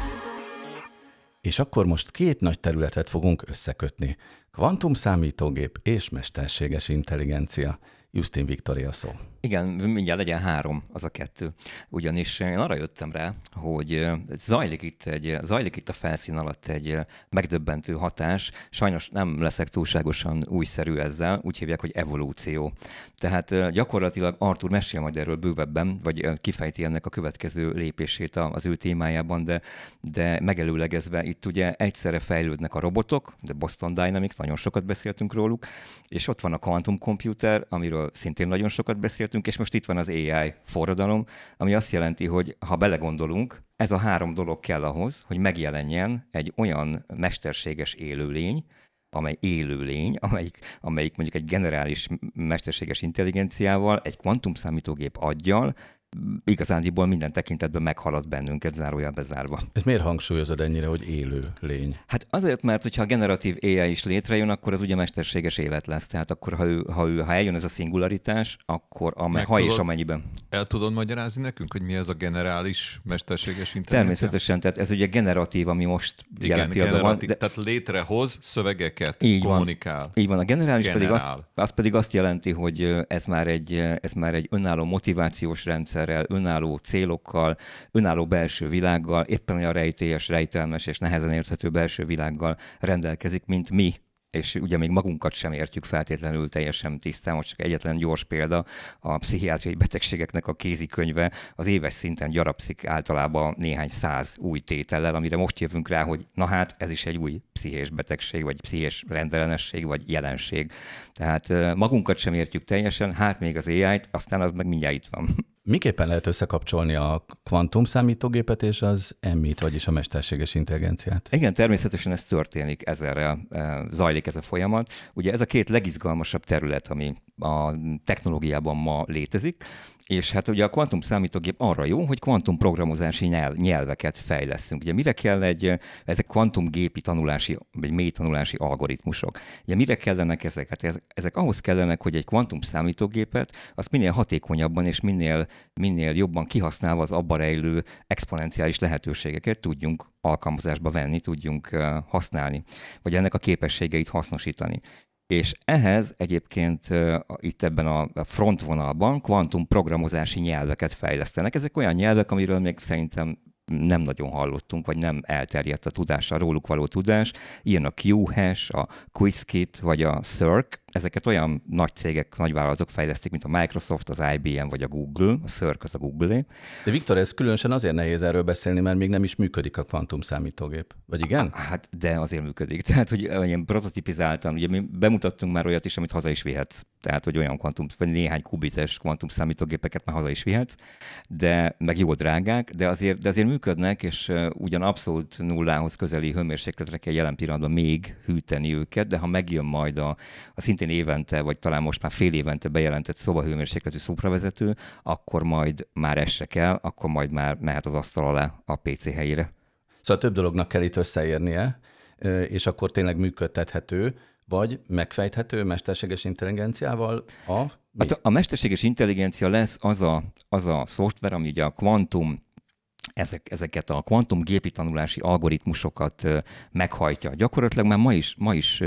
És akkor most két nagy területet fogunk összekötni. Kvantumszámítógép és mesterséges intelligencia. Justin Viktoria szó. Igen, mindjárt legyen három, az a kettő. Ugyanis én arra jöttem rá, hogy zajlik itt, egy, zajlik itt a felszín alatt egy megdöbbentő hatás. Sajnos nem leszek túlságosan újszerű ezzel, úgy hívják, hogy evolúció. Tehát gyakorlatilag Artur mesél majd erről bővebben, vagy kifejti ennek a következő lépését az ő témájában, de, de megelőlegezve itt ugye egyszerre fejlődnek a robotok, de Boston Dynamics, nagyon sokat beszéltünk róluk, és ott van a quantum computer, amiről szintén nagyon sokat beszéltünk, és most itt van az á i forradalom, ami azt jelenti, hogy ha belegondolunk, ez a három dolog kell ahhoz, hogy megjelenjen egy olyan mesterséges élőlény, amely élő lény, amelyik, amelyik mondjuk egy generális mesterséges intelligenciával, egy kvantumszámítógép aggyal igazándiból minden tekintetben meghalad bennünket, zárójel bezárva. Ez miért hangsúlyozod ennyire, hogy élő lény? Hát azért, mert hogyha a generatív á i is létrejön, akkor az ugye mesterséges élet lesz. Tehát akkor, ha, ő, ha, ő, ha eljön ez a szingularitás, akkor amely, ha tudod, és amennyiben. El tudod magyarázni nekünk, hogy mi ez a generális mesterséges intelligencia? Természetesen, tehát ez ugye generatív, ami most igen, jelen pillanatban van. De... Tehát létrehoz szövegeket, így kommunikál. Van. Így van. A generális Generál. pedig azt, azt pedig azt jelenti, hogy ez már egy, ez már egy önálló motivációs rendszer, önálló célokkal, önálló belső világgal, éppen olyan rejtélyes, rejtelmes és nehezen érthető belső világgal rendelkezik, mint mi. És ugye még magunkat sem értjük feltétlenül teljesen tisztán, most csak egyetlen gyors példa, a pszichiátriai betegségeknek a kézikönyve az éves szinten gyarapszik általában néhány száz új tétellel, amire most jövünk rá, hogy na hát ez is egy új pszichés betegség, vagy pszichés rendellenesség, vagy jelenség. Tehát magunkat sem értjük teljesen, hát még az á i-t, aztán az meg mindjárt itt van. Miképpen lehet összekapcsolni a kvantum számítógépet és az em i-t, vagyis a mesterséges intelligenciát? Igen, természetesen ez történik, ezerrel zajlik ez a folyamat. Ugye ez a két legizgalmasabb terület, ami a technológiában ma létezik, és hát ugye a kvantum számítógép arra jó, hogy kvantumprogramozási nyelv, nyelveket fejleszünk. Ugye mire kell egy, ezek kvantumgépi tanulási, vagy mély tanulási algoritmusok. Ugye mire kellenek ezek? Hát ezek ahhoz kellenek, hogy egy kvantum számítógépet azt minél hatékonyabban és minél, minél jobban kihasználva az abban rejlő exponenciális lehetőségeket tudjunk alkalmazásba venni, tudjunk használni, vagy ennek a képességeit hasznosítani. És ehhez egyébként uh, itt ebben a frontvonalban kvantumprogramozási nyelveket fejlesztenek. Ezek olyan nyelvek, amiről még szerintem nem nagyon hallottunk, vagy nem elterjedt a tudás, a róluk való tudás. Ilyen a Q-hash, a Qiskit, vagy a Cirq. Ezeket olyan nagy cégek, nagyvállalatok fejlesztik, mint a Microsoft, az i bé em vagy a Google. A Cirq az a Google-é. De Viktor, ez különösen azért nehéz erről beszélni, mert még nem is működik a kvantum számítógép. Vagy igen? Hát, de azért működik. Tehát, hogy ilyen prototipizáltan, ugye mi bemutattunk már olyat is, amit haza is vihetsz. Tehát, hogy olyan kvantum, vagy néhány kubites kvantum számítógépeket már haza is vihetsz, de meg jó drágák, de azért, de azért működnek, és ugyan abszolút nullához közeli hőmérsékletre kell jelen pillanatban még hűteni őket, de ha megjön majd a, a szintén évente, vagy talán most már fél évente bejelentett szobahőmérsékletű szopravezető, akkor majd már ez se kell, akkor majd már mehet az asztal alá a pé cé helyére. Szóval több dolognak kell itt összeérnie, és akkor tényleg működtethető, vagy megfejthető mesterséges intelligenciával a... Hát a mesterséges intelligencia lesz az a, az a szoftver, ami ugye a kvantum Ezek, ezeket a kvantum gépi tanulási algoritmusokat meghajtja. Gyakorlatilag már ma is, ma is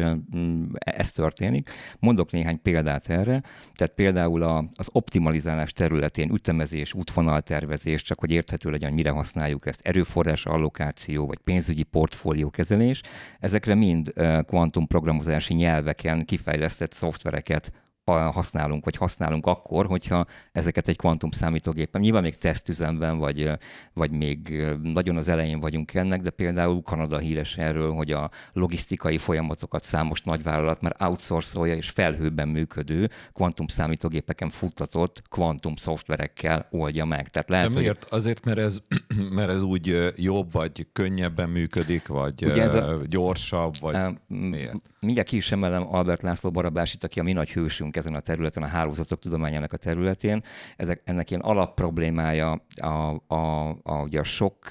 ez történik. Mondok néhány példát erre. Tehát például a, az optimalizálás területén ütemezés, útvonaltervezés, csak hogy érthető legyen, hogy mire használjuk ezt, erőforrás allokáció, vagy pénzügyi portfóliókezelés. Ezekre mind kvantumprogramozási nyelveken kifejlesztett szoftvereket használunk, vagy használunk akkor, hogyha ezeket egy kvantum számítógépen, nyilván még tesztüzemben, vagy, vagy még nagyon az elején vagyunk ennek, de például Kanada híres erről, hogy a logisztikai folyamatokat számos nagyvállalat már outsourcolja és felhőben működő kvantum számítógépeken futtatott kvantum szoftverekkel oldja meg. Tehát lehet, de miért? hogy... Azért, mert ez, mert ez úgy jobb, vagy könnyebben működik, vagy a... gyorsabb, vagy uh, miért? Mindjárt ki is emelem Albert László Barabásit, aki a mi nagy hősünk ezen a területen, a hálózatok tudományának a területén. Ezek, ennek ilyen alapproblémája a, a, a, ugye a sok,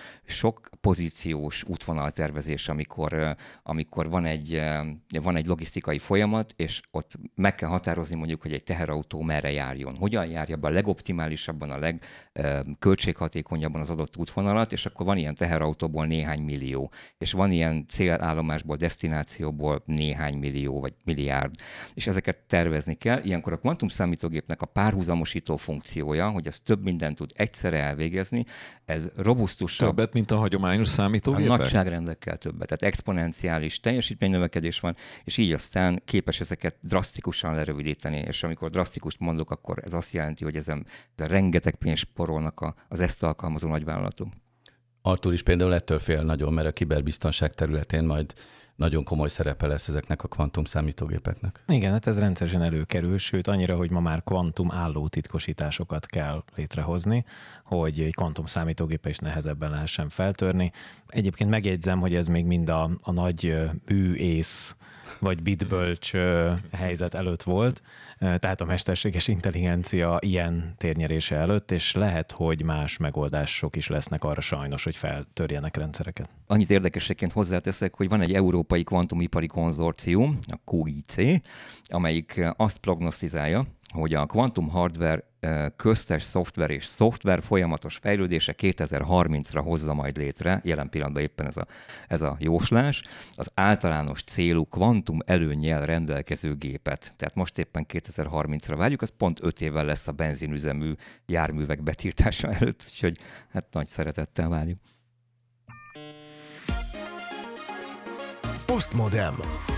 sok pozíciós útvonaltervezés, amikor, amikor van, egy, van egy logisztikai folyamat, és ott meg kell határozni mondjuk, hogy egy teherautó merre járjon. Hogyan járja be a legoptimálisabban, a legköltséghatékonyabban az adott útvonalat, és akkor van ilyen teherautóból néhány millió, és van ilyen célállomásból, desztinációból néhány millió, vagy milliárd, és ezeket tervezni kell. Ilyenkor a kvantumszámítógépnek a párhuzamosító funkciója, hogy ez több mindent tud egyszerre elvégezni, ez robusztusabb. Többet, mint a hagyományos számítógépek? A nagyságrendekkel többet. Tehát exponenciális teljesítménynövekedés van, és így aztán képes ezeket drasztikusan lerövidíteni. És amikor drasztikust mondok, akkor ez azt jelenti, hogy ezen rengeteg pénzt spórolnak a, az ezt alkalmazó nagyvállalatok. Artur is például ettől fél nagyon, mert a kiberbiztonság területén majd nagyon komoly szerepe lesz ezeknek a kvantum számítógépeknek. Igen, hát ez rendszeresen előkerül, sőt annyira, hogy ma már kvantum álló titkosításokat kell létrehozni, hogy egy kvantum számítógépe is nehezebben lehessen feltörni. Egyébként megjegyzem, hogy ez még mind a, a nagy műész vagy bitbölcs helyzet előtt volt, tehát a mesterséges intelligencia ilyen térnyerése előtt, és lehet, hogy más megoldások is lesznek arra sajnos, hogy feltörjenek rendszereket. Annyit érdekességként hozzáteszek, hogy van egy európai kvantumipari konzorcium, a Q I C, amelyik azt prognosztizálja, hogy a kvantum hardware köztes szoftver és szoftver folyamatos fejlődése kétezer-harmincra hozza majd létre, jelen pillanatban éppen ez a, ez a jóslás, az általános célú kvantum előnnyel rendelkező gépet. Tehát most éppen kétezer-harmincra várjuk, az pont öt évvel lesz a benzinüzemű járművek betiltása előtt, úgyhogy hát nagy szeretettel várjuk. Postmodem.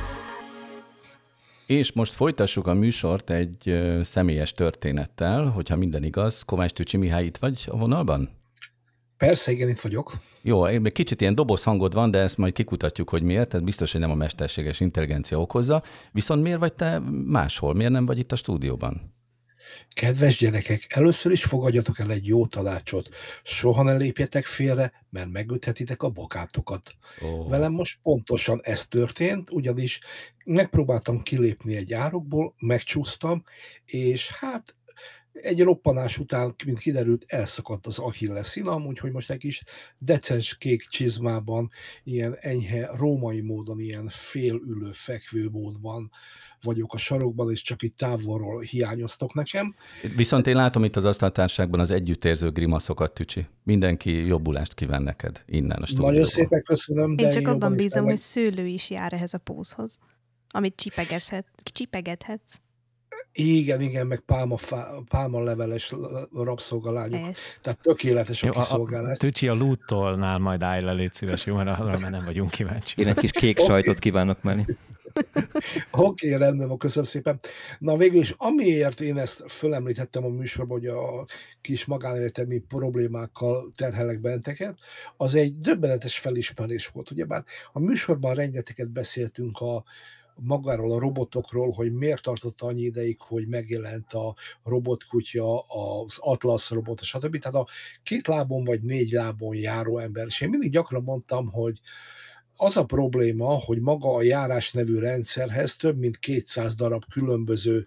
És most folytassuk a műsort egy személyes történettel, hogyha minden igaz. Kovács Tücsi Mihály, itt vagy a vonalban? Persze, igen, itt vagyok. Jó, egy kicsit ilyen doboz hangod van, de ezt majd kikutatjuk, hogy miért. Ez biztos, hogy nem a mesterséges intelligencia okozza. Viszont miért vagy te máshol? Miért nem vagy itt a stúdióban? Kedves gyerekek, először is fogadjatok el egy jó tanácsot. Soha ne lépjetek félre, mert megüthetitek a bokátokat. Oh. Velem most pontosan ez történt, ugyanis megpróbáltam kilépni egy árokból, megcsúsztam, és hát egy roppanás után, mint kiderült, elszakadt az Achilles színam, úgyhogy most egy kis decens kék csizmában, ilyen enyhe római módon, ilyen félülő, fekvő módban vagyok a sarokban, és csak itt távolról hiányoztok nekem. Viszont én látom itt az asztaltárságban az együttérző grimaszokat, Tücsi. Mindenki jobbulást kíván neked innen a stúdióban. Nagyon szépen köszönöm. Én csak abban bízom, hogy szőlő is jár ehhez a pózhoz, amit csipegethetsz. Igen, igen, meg pálmaleveles pálma rabszolgalányok. Tehát tökéletes a jó, kiszolgálás. A, a Tücsi a lúttolnál majd állj le, légy szíves, jó, mert arra már nem vagyunk kíváncsi. Én egy kis kék sajtot kívánok menni. Oké, okay, rendben van, köszönöm szépen. Na végül is, amiért én ezt fölemlítettem a műsorban, hogy a kis magánéletemi problémákkal terhelek benneteket, az egy döbbenetes felismerés volt. Ugyebár a műsorban rengeteget beszéltünk a magáról a robotokról, hogy miért tartott annyi ideig, hogy megjelent a robotkutya, az Atlas robot, stb. Tehát a két lábon vagy négy lábon járó ember. És én mindig gyakran mondtam, hogy az a probléma, hogy maga a járás nevű rendszerhez több mint kétszáz darab különböző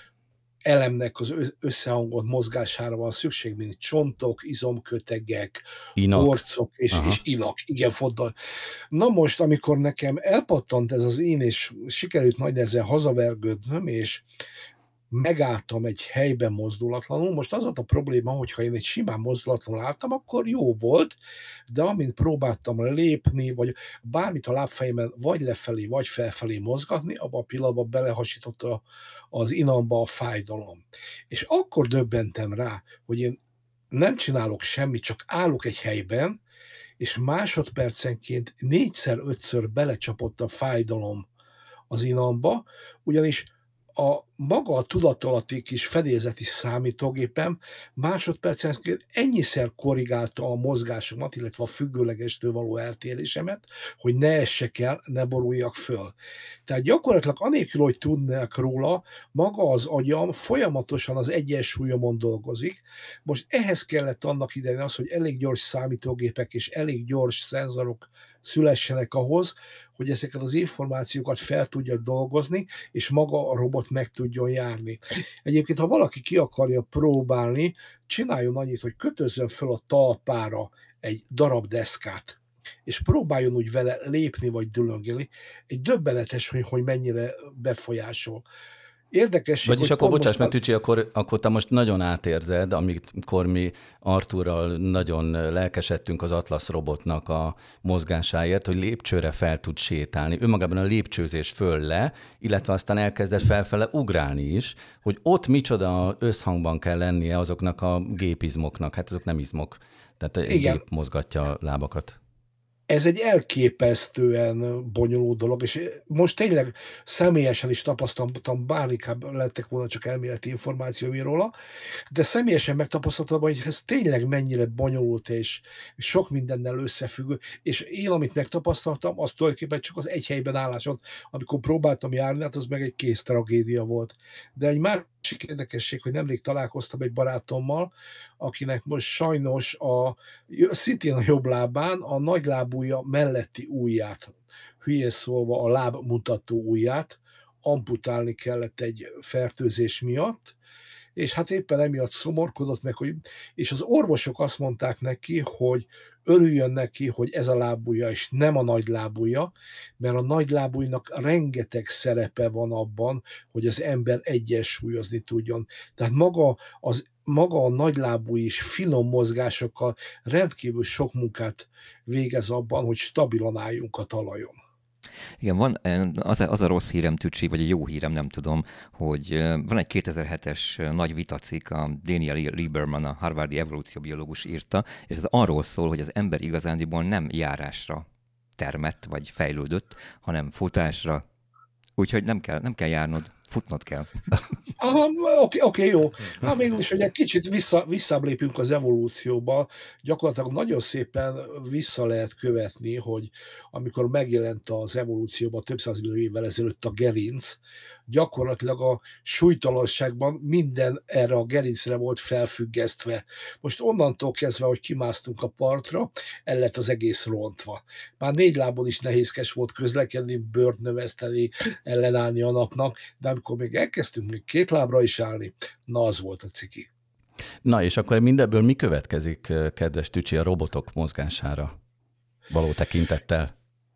elemnek az összehangolt mozgására van szükség, mint csontok, izomkötegek, orcok és, és inak. Igen, fontos. Na most, amikor nekem elpattant ez az én, és sikerült majd ezzel hazavergődnöm, és megálltam egy helyben mozdulatlanul. Most az volt a probléma, hogyha én egy simán mozdulatlanul álltam, akkor jó volt, de amint próbáltam lépni, vagy bármit a lábfejemen vagy lefelé, vagy felfelé mozgatni, abban a pillanatban belehasította az inamba a fájdalom. És akkor döbbentem rá, hogy én nem csinálok semmit, csak állok egy helyben, és másodpercenként négyszer-ötször belecsapott a fájdalom az inamba, ugyanis a maga a tudatalatti kis fedélzeti számítógépem másodpercenként ennyiszer korrigálta a mozgásomat, illetve a függőlegestől való eltérésemet, hogy ne essek el, ne boruljak föl. Tehát gyakorlatilag anélkül, hogy tudnák róla, maga az agyam folyamatosan az egyensúlyomon dolgozik. Most ehhez kellett annak idején az, hogy elég gyors számítógépek és elég gyors szenzorok szülessenek ahhoz, hogy ezeket az információkat fel tudja dolgozni, és maga a robot meg tudjon járni. Egyébként, ha valaki ki akarja próbálni, csináljon annyit, hogy kötözzön fel a talpára egy darab deszkát, és próbáljon úgy vele lépni vagy dülöngélni. Egy döbbenetes, hogy, hogy mennyire befolyásol. Érdekes. Vagyis akkor, bocsáss meg, Tücsi, akkor, akkor te most nagyon átérzed, amikor mi Artúrral nagyon lelkesedtünk az Atlas robotnak a mozgásáért, hogy lépcsőre fel tud sétálni. Önmagában a lépcsőzés föl le, illetve aztán elkezdett felfele ugrálni is, hogy ott micsoda összhangban kell lennie azoknak a gépizmoknak. Hát azok nem izmok, tehát egy Igen. gép mozgatja a lábakat. Ez egy elképesztően bonyolult dolog, és most tényleg személyesen is tapasztaltam, bár inkább lettek volna csak elméleti információi róla, de személyesen megtapasztaltam, hogy ez tényleg mennyire bonyolult és sok mindennel összefüggő, és én, amit megtapasztaltam, az tulajdonképpen csak az egy helyben álláson, amikor próbáltam járni, hát az meg egy kész tragédia volt. De egy másik érdekesség, hogy nemrég találkoztam egy barátommal, akinek most sajnos a, szintén a jobb lábán a nagy lábujja melletti ujját, hülyén szólva a láb mutató ujját amputálni kellett egy fertőzés miatt, és hát éppen emiatt szomorkodott meg, hogy, és az orvosok azt mondták neki, hogy örüljön neki, hogy ez a lábujja, és nem a nagy lábujja, mert a nagy lábujjnak rengeteg szerepe van abban, hogy az ember egyensúlyozni tudjon. Tehát maga, az, maga a nagylábúj is finom mozgásokkal rendkívül sok munkát végez abban, hogy stabilan álljunk a talajon. Igen, van az a, az a rossz hírem, Tücsi, vagy a jó hírem, nem tudom, hogy van egy kétezer-hetes nagy vitacikk, a Daniel Lieberman, a harvardi evolúcióbiológus írta, és ez arról szól, hogy az ember igazándiból nem járásra termett, vagy fejlődött, hanem futásra. Úgyhogy nem kell, nem kell járnod, futnod kell. Oké, okay, jó. Na mégis, hogy egy kicsit vissza, visszább lépünk az evolúcióba, gyakorlatilag nagyon szépen vissza lehet követni, hogy amikor megjelent az evolúcióban több százmillió évvel ezelőtt a gerinc, gyakorlatilag a súlytalanságban minden erre a gerincre volt felfüggesztve. Most onnantól kezdve, hogy kimásztunk a partra, el lett az egész rontva. Már négy lábon is nehézkes volt közlekedni, bőrt növeszteni, ellenállni a napnak, de amikor még elkezdtünk még két lábra is állni, na az volt a ciki. Na és akkor mindebből mi következik, kedves Tücsi, a robotok mozgására való tekintettel?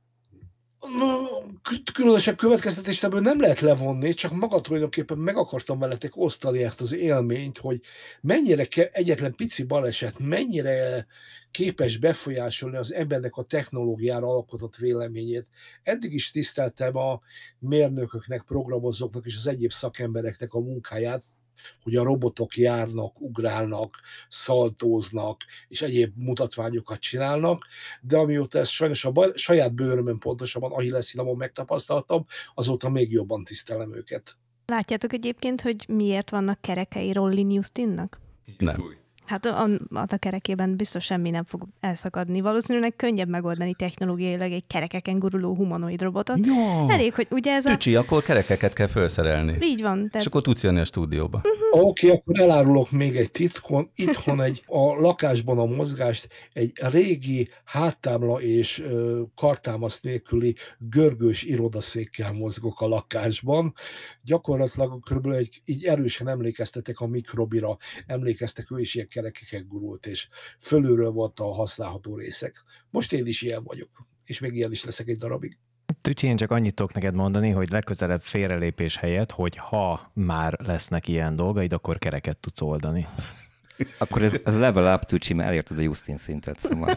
Különösebb következtetést ebből nem lehet levonni, csak maga tulajdonképpen meg akartam veletek osztani ezt az élményt, hogy mennyire egyetlen pici baleset, mennyire képes befolyásolni az embernek a technológiára alkotott véleményét. Eddig is tiszteltem a mérnököknek, programozóknak és az egyéb szakembereknek a munkáját, hogy a robotok járnak, ugrálnak, szaltóznak, és egyéb mutatványokat csinálnak, de amióta ezt sajnos a baj, saját bőrömön pontosabban Achilles-szílamon megtapasztaltam, azóta még jobban tisztelem őket. Látjátok egyébként, hogy miért vannak kerekei Rollin Justinnak? Nem. Hát a, a, a kerekében biztos semmi nem fog elszakadni. Valószínűleg könnyebb megoldani technológiailag egy kerekeken guruló humanoid robotot. Jó. Elég, hogy ugye ez a... Tücsi, akkor kerekeket kell felszerelni. Így van. Tehát... És akkor tudsz jönni a stúdióba. Uh-huh. Oké, okay, akkor elárulok még egy titkon. Itthon egy, a lakásban a mozgást egy régi háttámla és ö, kartámasz nélküli görgős irodaszékkel mozgok a lakásban. Gyakorlatilag körülbelül egy, így erősen emlékeztetek a Mikrobira, emlékeztek, ő is ilyen kerekeken gurult, és fölülről volt a használható részek. Most én is ilyen vagyok, és még ilyen is leszek egy darabig. Tücsi, én csak annyit tudok neked mondani, hogy legközelebb félrelépés helyett, hogy ha már lesznek ilyen dolgaid, akkor kereket tudsz oldani. Akkor ez, ez level up, Tücsi, mert elérted a Justin szintet, szóval.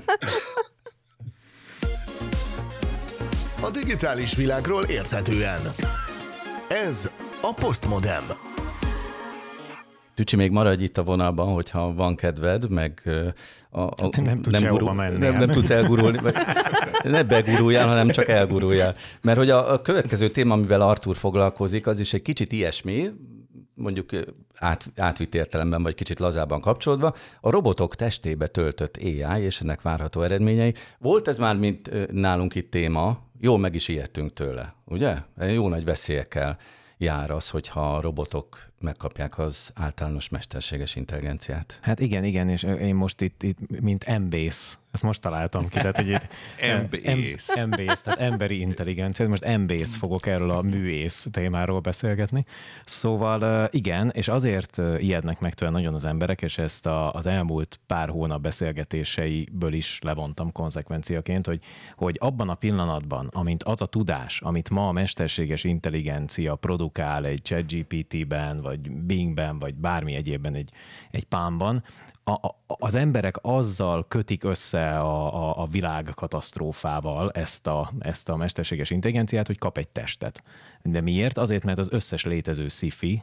A digitális világról érthetően. Ez a Postmodem. Tücsi, még maradj itt a vonalban, hogyha van kedved, meg a, a, nem tudsz nem, guru, menni, nem, nem tudsz elgurulni, vagy ne beguruljál, hanem csak elguruljál. Mert hogy a, a következő téma, amivel Artúr foglalkozik, az is egy kicsit ilyesmi, mondjuk át, átvitt értelemben, vagy kicsit lazában kapcsolódva, a robotok testébe töltött á i és ennek várható eredményei. Volt ez már, mint nálunk itt téma, jól meg is ijedtünk tőle, ugye? Jó nagy veszélyekkel jár az, hogyha a robotok megkapják az általános mesterséges intelligenciát. Hát igen, igen, és én most itt, itt mint embész, ezt most találtam ki, tehát hogy itt embész. Em, embész, tehát emberi intelligencia, most embész fogok erről a műész témáról beszélgetni. Szóval igen, és azért ijednek meg tőle nagyon az emberek, és ezt a, az elmúlt pár hónap beszélgetéseiből is levontam konzekvenciaként, hogy, hogy abban a pillanatban, amint az a tudás, amit ma a mesterséges intelligencia produkál egy ChatGPT-ben, vagy Bingben, vagy bármi egyébben egy, egy pámban, a, a, az emberek azzal kötik össze a, a, a világ katasztrófával ezt a, ezt a mesterséges intelligenciát, hogy kap egy testet. De miért? Azért, mert az összes létező sci-fi,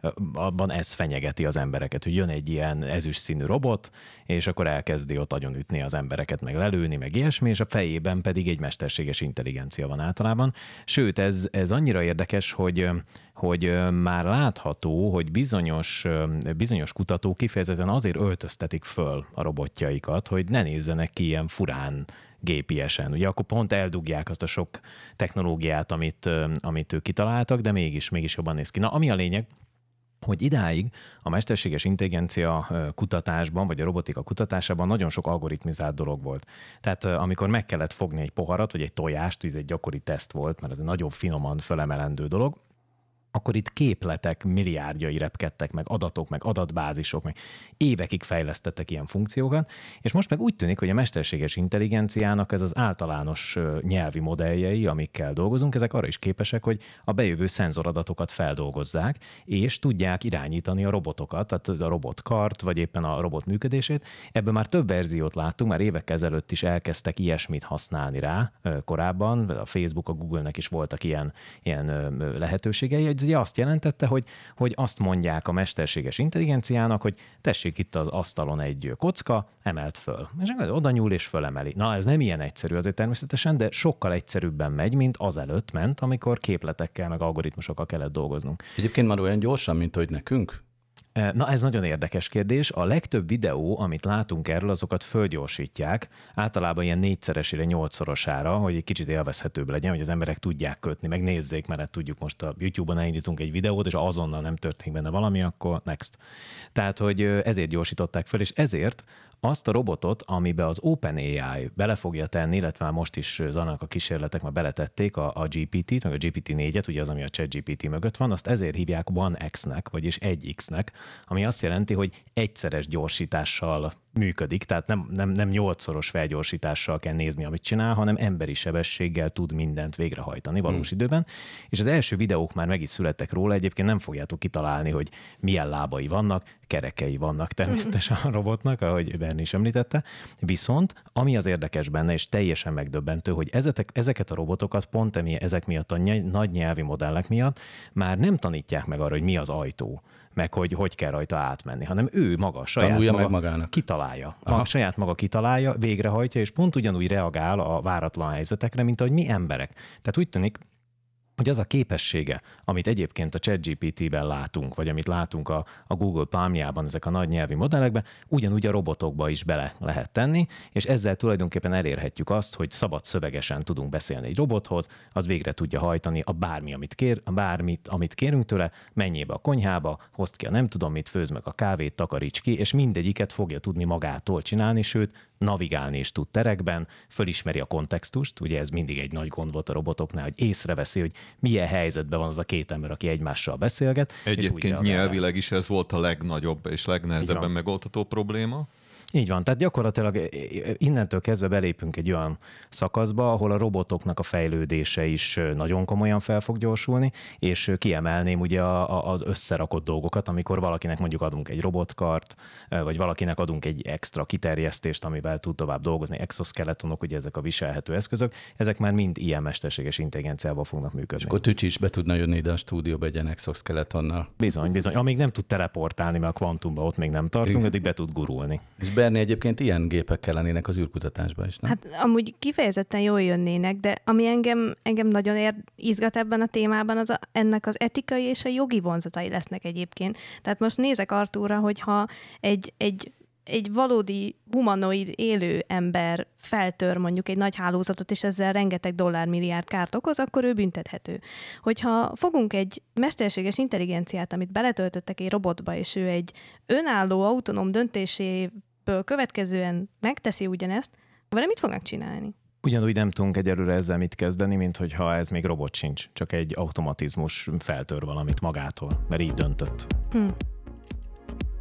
abban ez fenyegeti az embereket, hogy jön egy ilyen ezüst színű robot, és akkor elkezdi ott agyonütni az embereket, meg lelőni, meg ilyesmi, és a fejében pedig egy mesterséges intelligencia van általában. Sőt, ez, ez annyira érdekes, hogy, hogy már látható, hogy bizonyos, bizonyos kutatók kifejezetten azért öltöztetik föl a robotjaikat, hogy ne nézzenek ki ilyen furán, gépiesen. Ugye akkor pont eldugják azt a sok technológiát, amit, amit ők kitaláltak, de mégis, mégis jobban néz ki. Na, ami a lényeg, hogy idáig a mesterséges intelligencia kutatásban, vagy a robotika kutatásában nagyon sok algoritmizált dolog volt. Tehát amikor meg kellett fogni egy poharat, vagy egy tojást, ez egy gyakori teszt volt, mert ez egy nagyon finoman fölemelendő dolog, akkor itt képletek milliárdjai repkedtek, meg adatok, meg adatbázisok, meg évekig fejlesztettek ilyen funkciókat, és most meg úgy tűnik, hogy a mesterséges intelligenciának ez az általános nyelvi modelljei, amikkel dolgozunk, ezek arra is képesek, hogy a bejövő szenzoradatokat feldolgozzák, és tudják irányítani a robotokat, tehát a robotkart, vagy éppen a robot működését. Ebből már több verziót láttunk, már évekkel ezelőtt is elkezdtek ilyesmit használni rá korábban, a Facebook, a Google-nek is voltak ilyen, ilyen lehetőségei. Ez ugye azt jelentette, hogy, hogy azt mondják a mesterséges intelligenciának, hogy tessék itt az asztalon egy kocka, emelt föl. És oda nyúl és fölemeli. Na, ez nem ilyen egyszerű azért természetesen, de sokkal egyszerűbben megy, mint azelőtt ment, amikor képletekkel, meg algoritmusokkal kellett dolgoznunk. Egyébként már olyan gyorsan, mint hogy nekünk? Na, ez nagyon érdekes kérdés. A legtöbb videó, amit látunk erről, azokat fölgyorsítják, általában ilyen négyszeresére, nyolcszorosára, hogy egy kicsit élvezhetőbb legyen, hogy az emberek tudják kötni, meg nézzék, mert tudjuk most a YouTube-on elindítunk egy videót, és azonnal nem történik benne valami, akkor next. Tehát, hogy ezért gyorsították fel, és ezért azt a robotot, amiben az OpenAI bele fogja tenni, illetve már most is zannak a kísérletek, már beletették a, a gé pé té-t, meg a gé pé té négyet, ugye az, ami a ChatGPT mögött van, azt ezért hívják one X-nek, vagyis egy X-nek, ami azt jelenti, hogy egyszeres gyorsítással működik, tehát nem, nem, nem nyolcszoros felgyorsítással kell nézni, amit csinál, hanem emberi sebességgel tud mindent végrehajtani valós hmm. időben, és az első videók már meg is születtek róla, egyébként nem fogjátok kitalálni, hogy milyen lábai vannak, kerekei vannak természetesen a robotnak, ahogy Berni is említette, viszont ami az érdekes benne, és teljesen megdöbbentő, hogy ezek, ezeket a robotokat pont emi, ezek miatt a ny- nagy nyelvi modellek miatt már nem tanítják meg arra, hogy mi az ajtó, meg hogy hogy kell rajta átmenni, hanem ő maga, saját Tanulja maga meg magának. kitalálja. Maga, saját maga kitalálja, végrehajtja, és pont ugyanúgy reagál a váratlan helyzetekre, mint ahogy mi emberek. Tehát úgy tűnik, hogy az a képessége, amit egyébként a ChatGPT-ben látunk, vagy amit látunk a, a Google Palmjában, ezek a nagy nyelvi modellekben, ugyanúgy a robotokba is bele lehet tenni, és ezzel tulajdonképpen elérhetjük azt, hogy szabad szövegesen tudunk beszélni egy robothoz, az végre tudja hajtani a bármi, amit kér, a bármit, amit kérünk tőle, menjél be a konyhába, hozd ki a nem tudom mit, főzd meg a kávét, takaríts ki, és mindegyiket fogja tudni magától csinálni, sőt, navigálni is tud terekben, fölismeri a kontextust, ugye ez mindig egy nagy gond volt a robotoknál, hogy észreveszi, hogy milyen helyzetben van az a két ember, aki egymással beszélget. Egyébként nyelvileg is ez volt a legnagyobb és legnehezebben megoldható probléma. Így van, tehát gyakorlatilag innentől kezdve belépünk egy olyan szakaszba, ahol a robotoknak a fejlődése is nagyon komolyan fel fog gyorsulni, és kiemelném ugye az összerakott dolgokat, amikor valakinek mondjuk adunk egy robotkart, vagy valakinek adunk egy extra kiterjesztést, amivel tud tovább dolgozni, exoskeletonok, ugye ezek a viselhető eszközök, ezek már mind ilyen mesterséges intelligenciával fognak működni. És akkor Tücsi is be tudna jönni ide a stúdióba egy ilyen exoskeletonnal. Bizony, bizony. Amíg nem tud teleportálni, mert a kvantumba ott még nem tartunk, addig be tud gurulni. És Berni, egyébként ilyen gépek kellenének az űrkutatásban is, nem? Hát amúgy kifejezetten jól jönnének, de ami engem, engem nagyon ér, izgat ebben a témában, az a, ennek az etikai és a jogi vonzatai lesznek egyébként. Tehát most nézek Artúrra, hogyha egy, egy egy valódi humanoid élő ember feltör mondjuk egy nagy hálózatot, és ezzel rengeteg dollármilliárd kárt okoz, akkor ő büntethető. Hogyha fogunk egy mesterséges intelligenciát, amit beletöltöttek egy robotba, és ő egy önálló, autonóm döntéséből következően megteszi ugyanezt, akkor mit fognak csinálni? Ugyanúgy nem tudunk egyelőre ezzel mit kezdeni, mint hogyha ez még robot sincs, csak egy automatizmus feltör valamit magától, mert így döntött. Hm.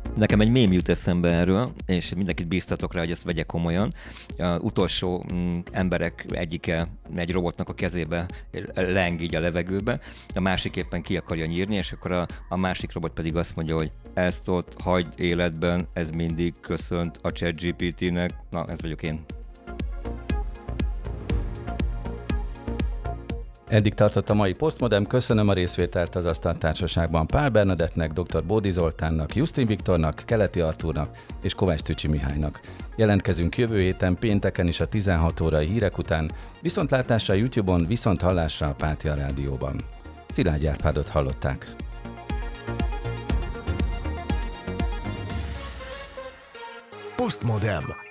Nekem egy mém jut eszembe erről, és mindenkit bíztatok rá, hogy ezt vegye komolyan. Az utolsó mm, emberek egyike egy robotnak a kezébe leng így a levegőbe, a másik éppen ki akarja nyírni, és akkor a, a másik robot pedig azt mondja, hogy ezt ott hagyd életben, ez mindig köszönt a ChatGPT-nek. Na, ez vagyok én. Eddig tartott a mai Postmodem, köszönöm a részvételt az Asztaltársaságban Pál Bernadettnek, dr. Bódi Zoltánnak, Justin Viktornak, Keleti Artúrnak és Kovács Tücsi Mihálynak. Jelentkezünk jövő héten pénteken is a tizenhat órai hírek után, viszontlátásra a YouTube-on, viszont hallásra a Pátia Rádióban. Szilágyi Árpádot hallották. Postmodem.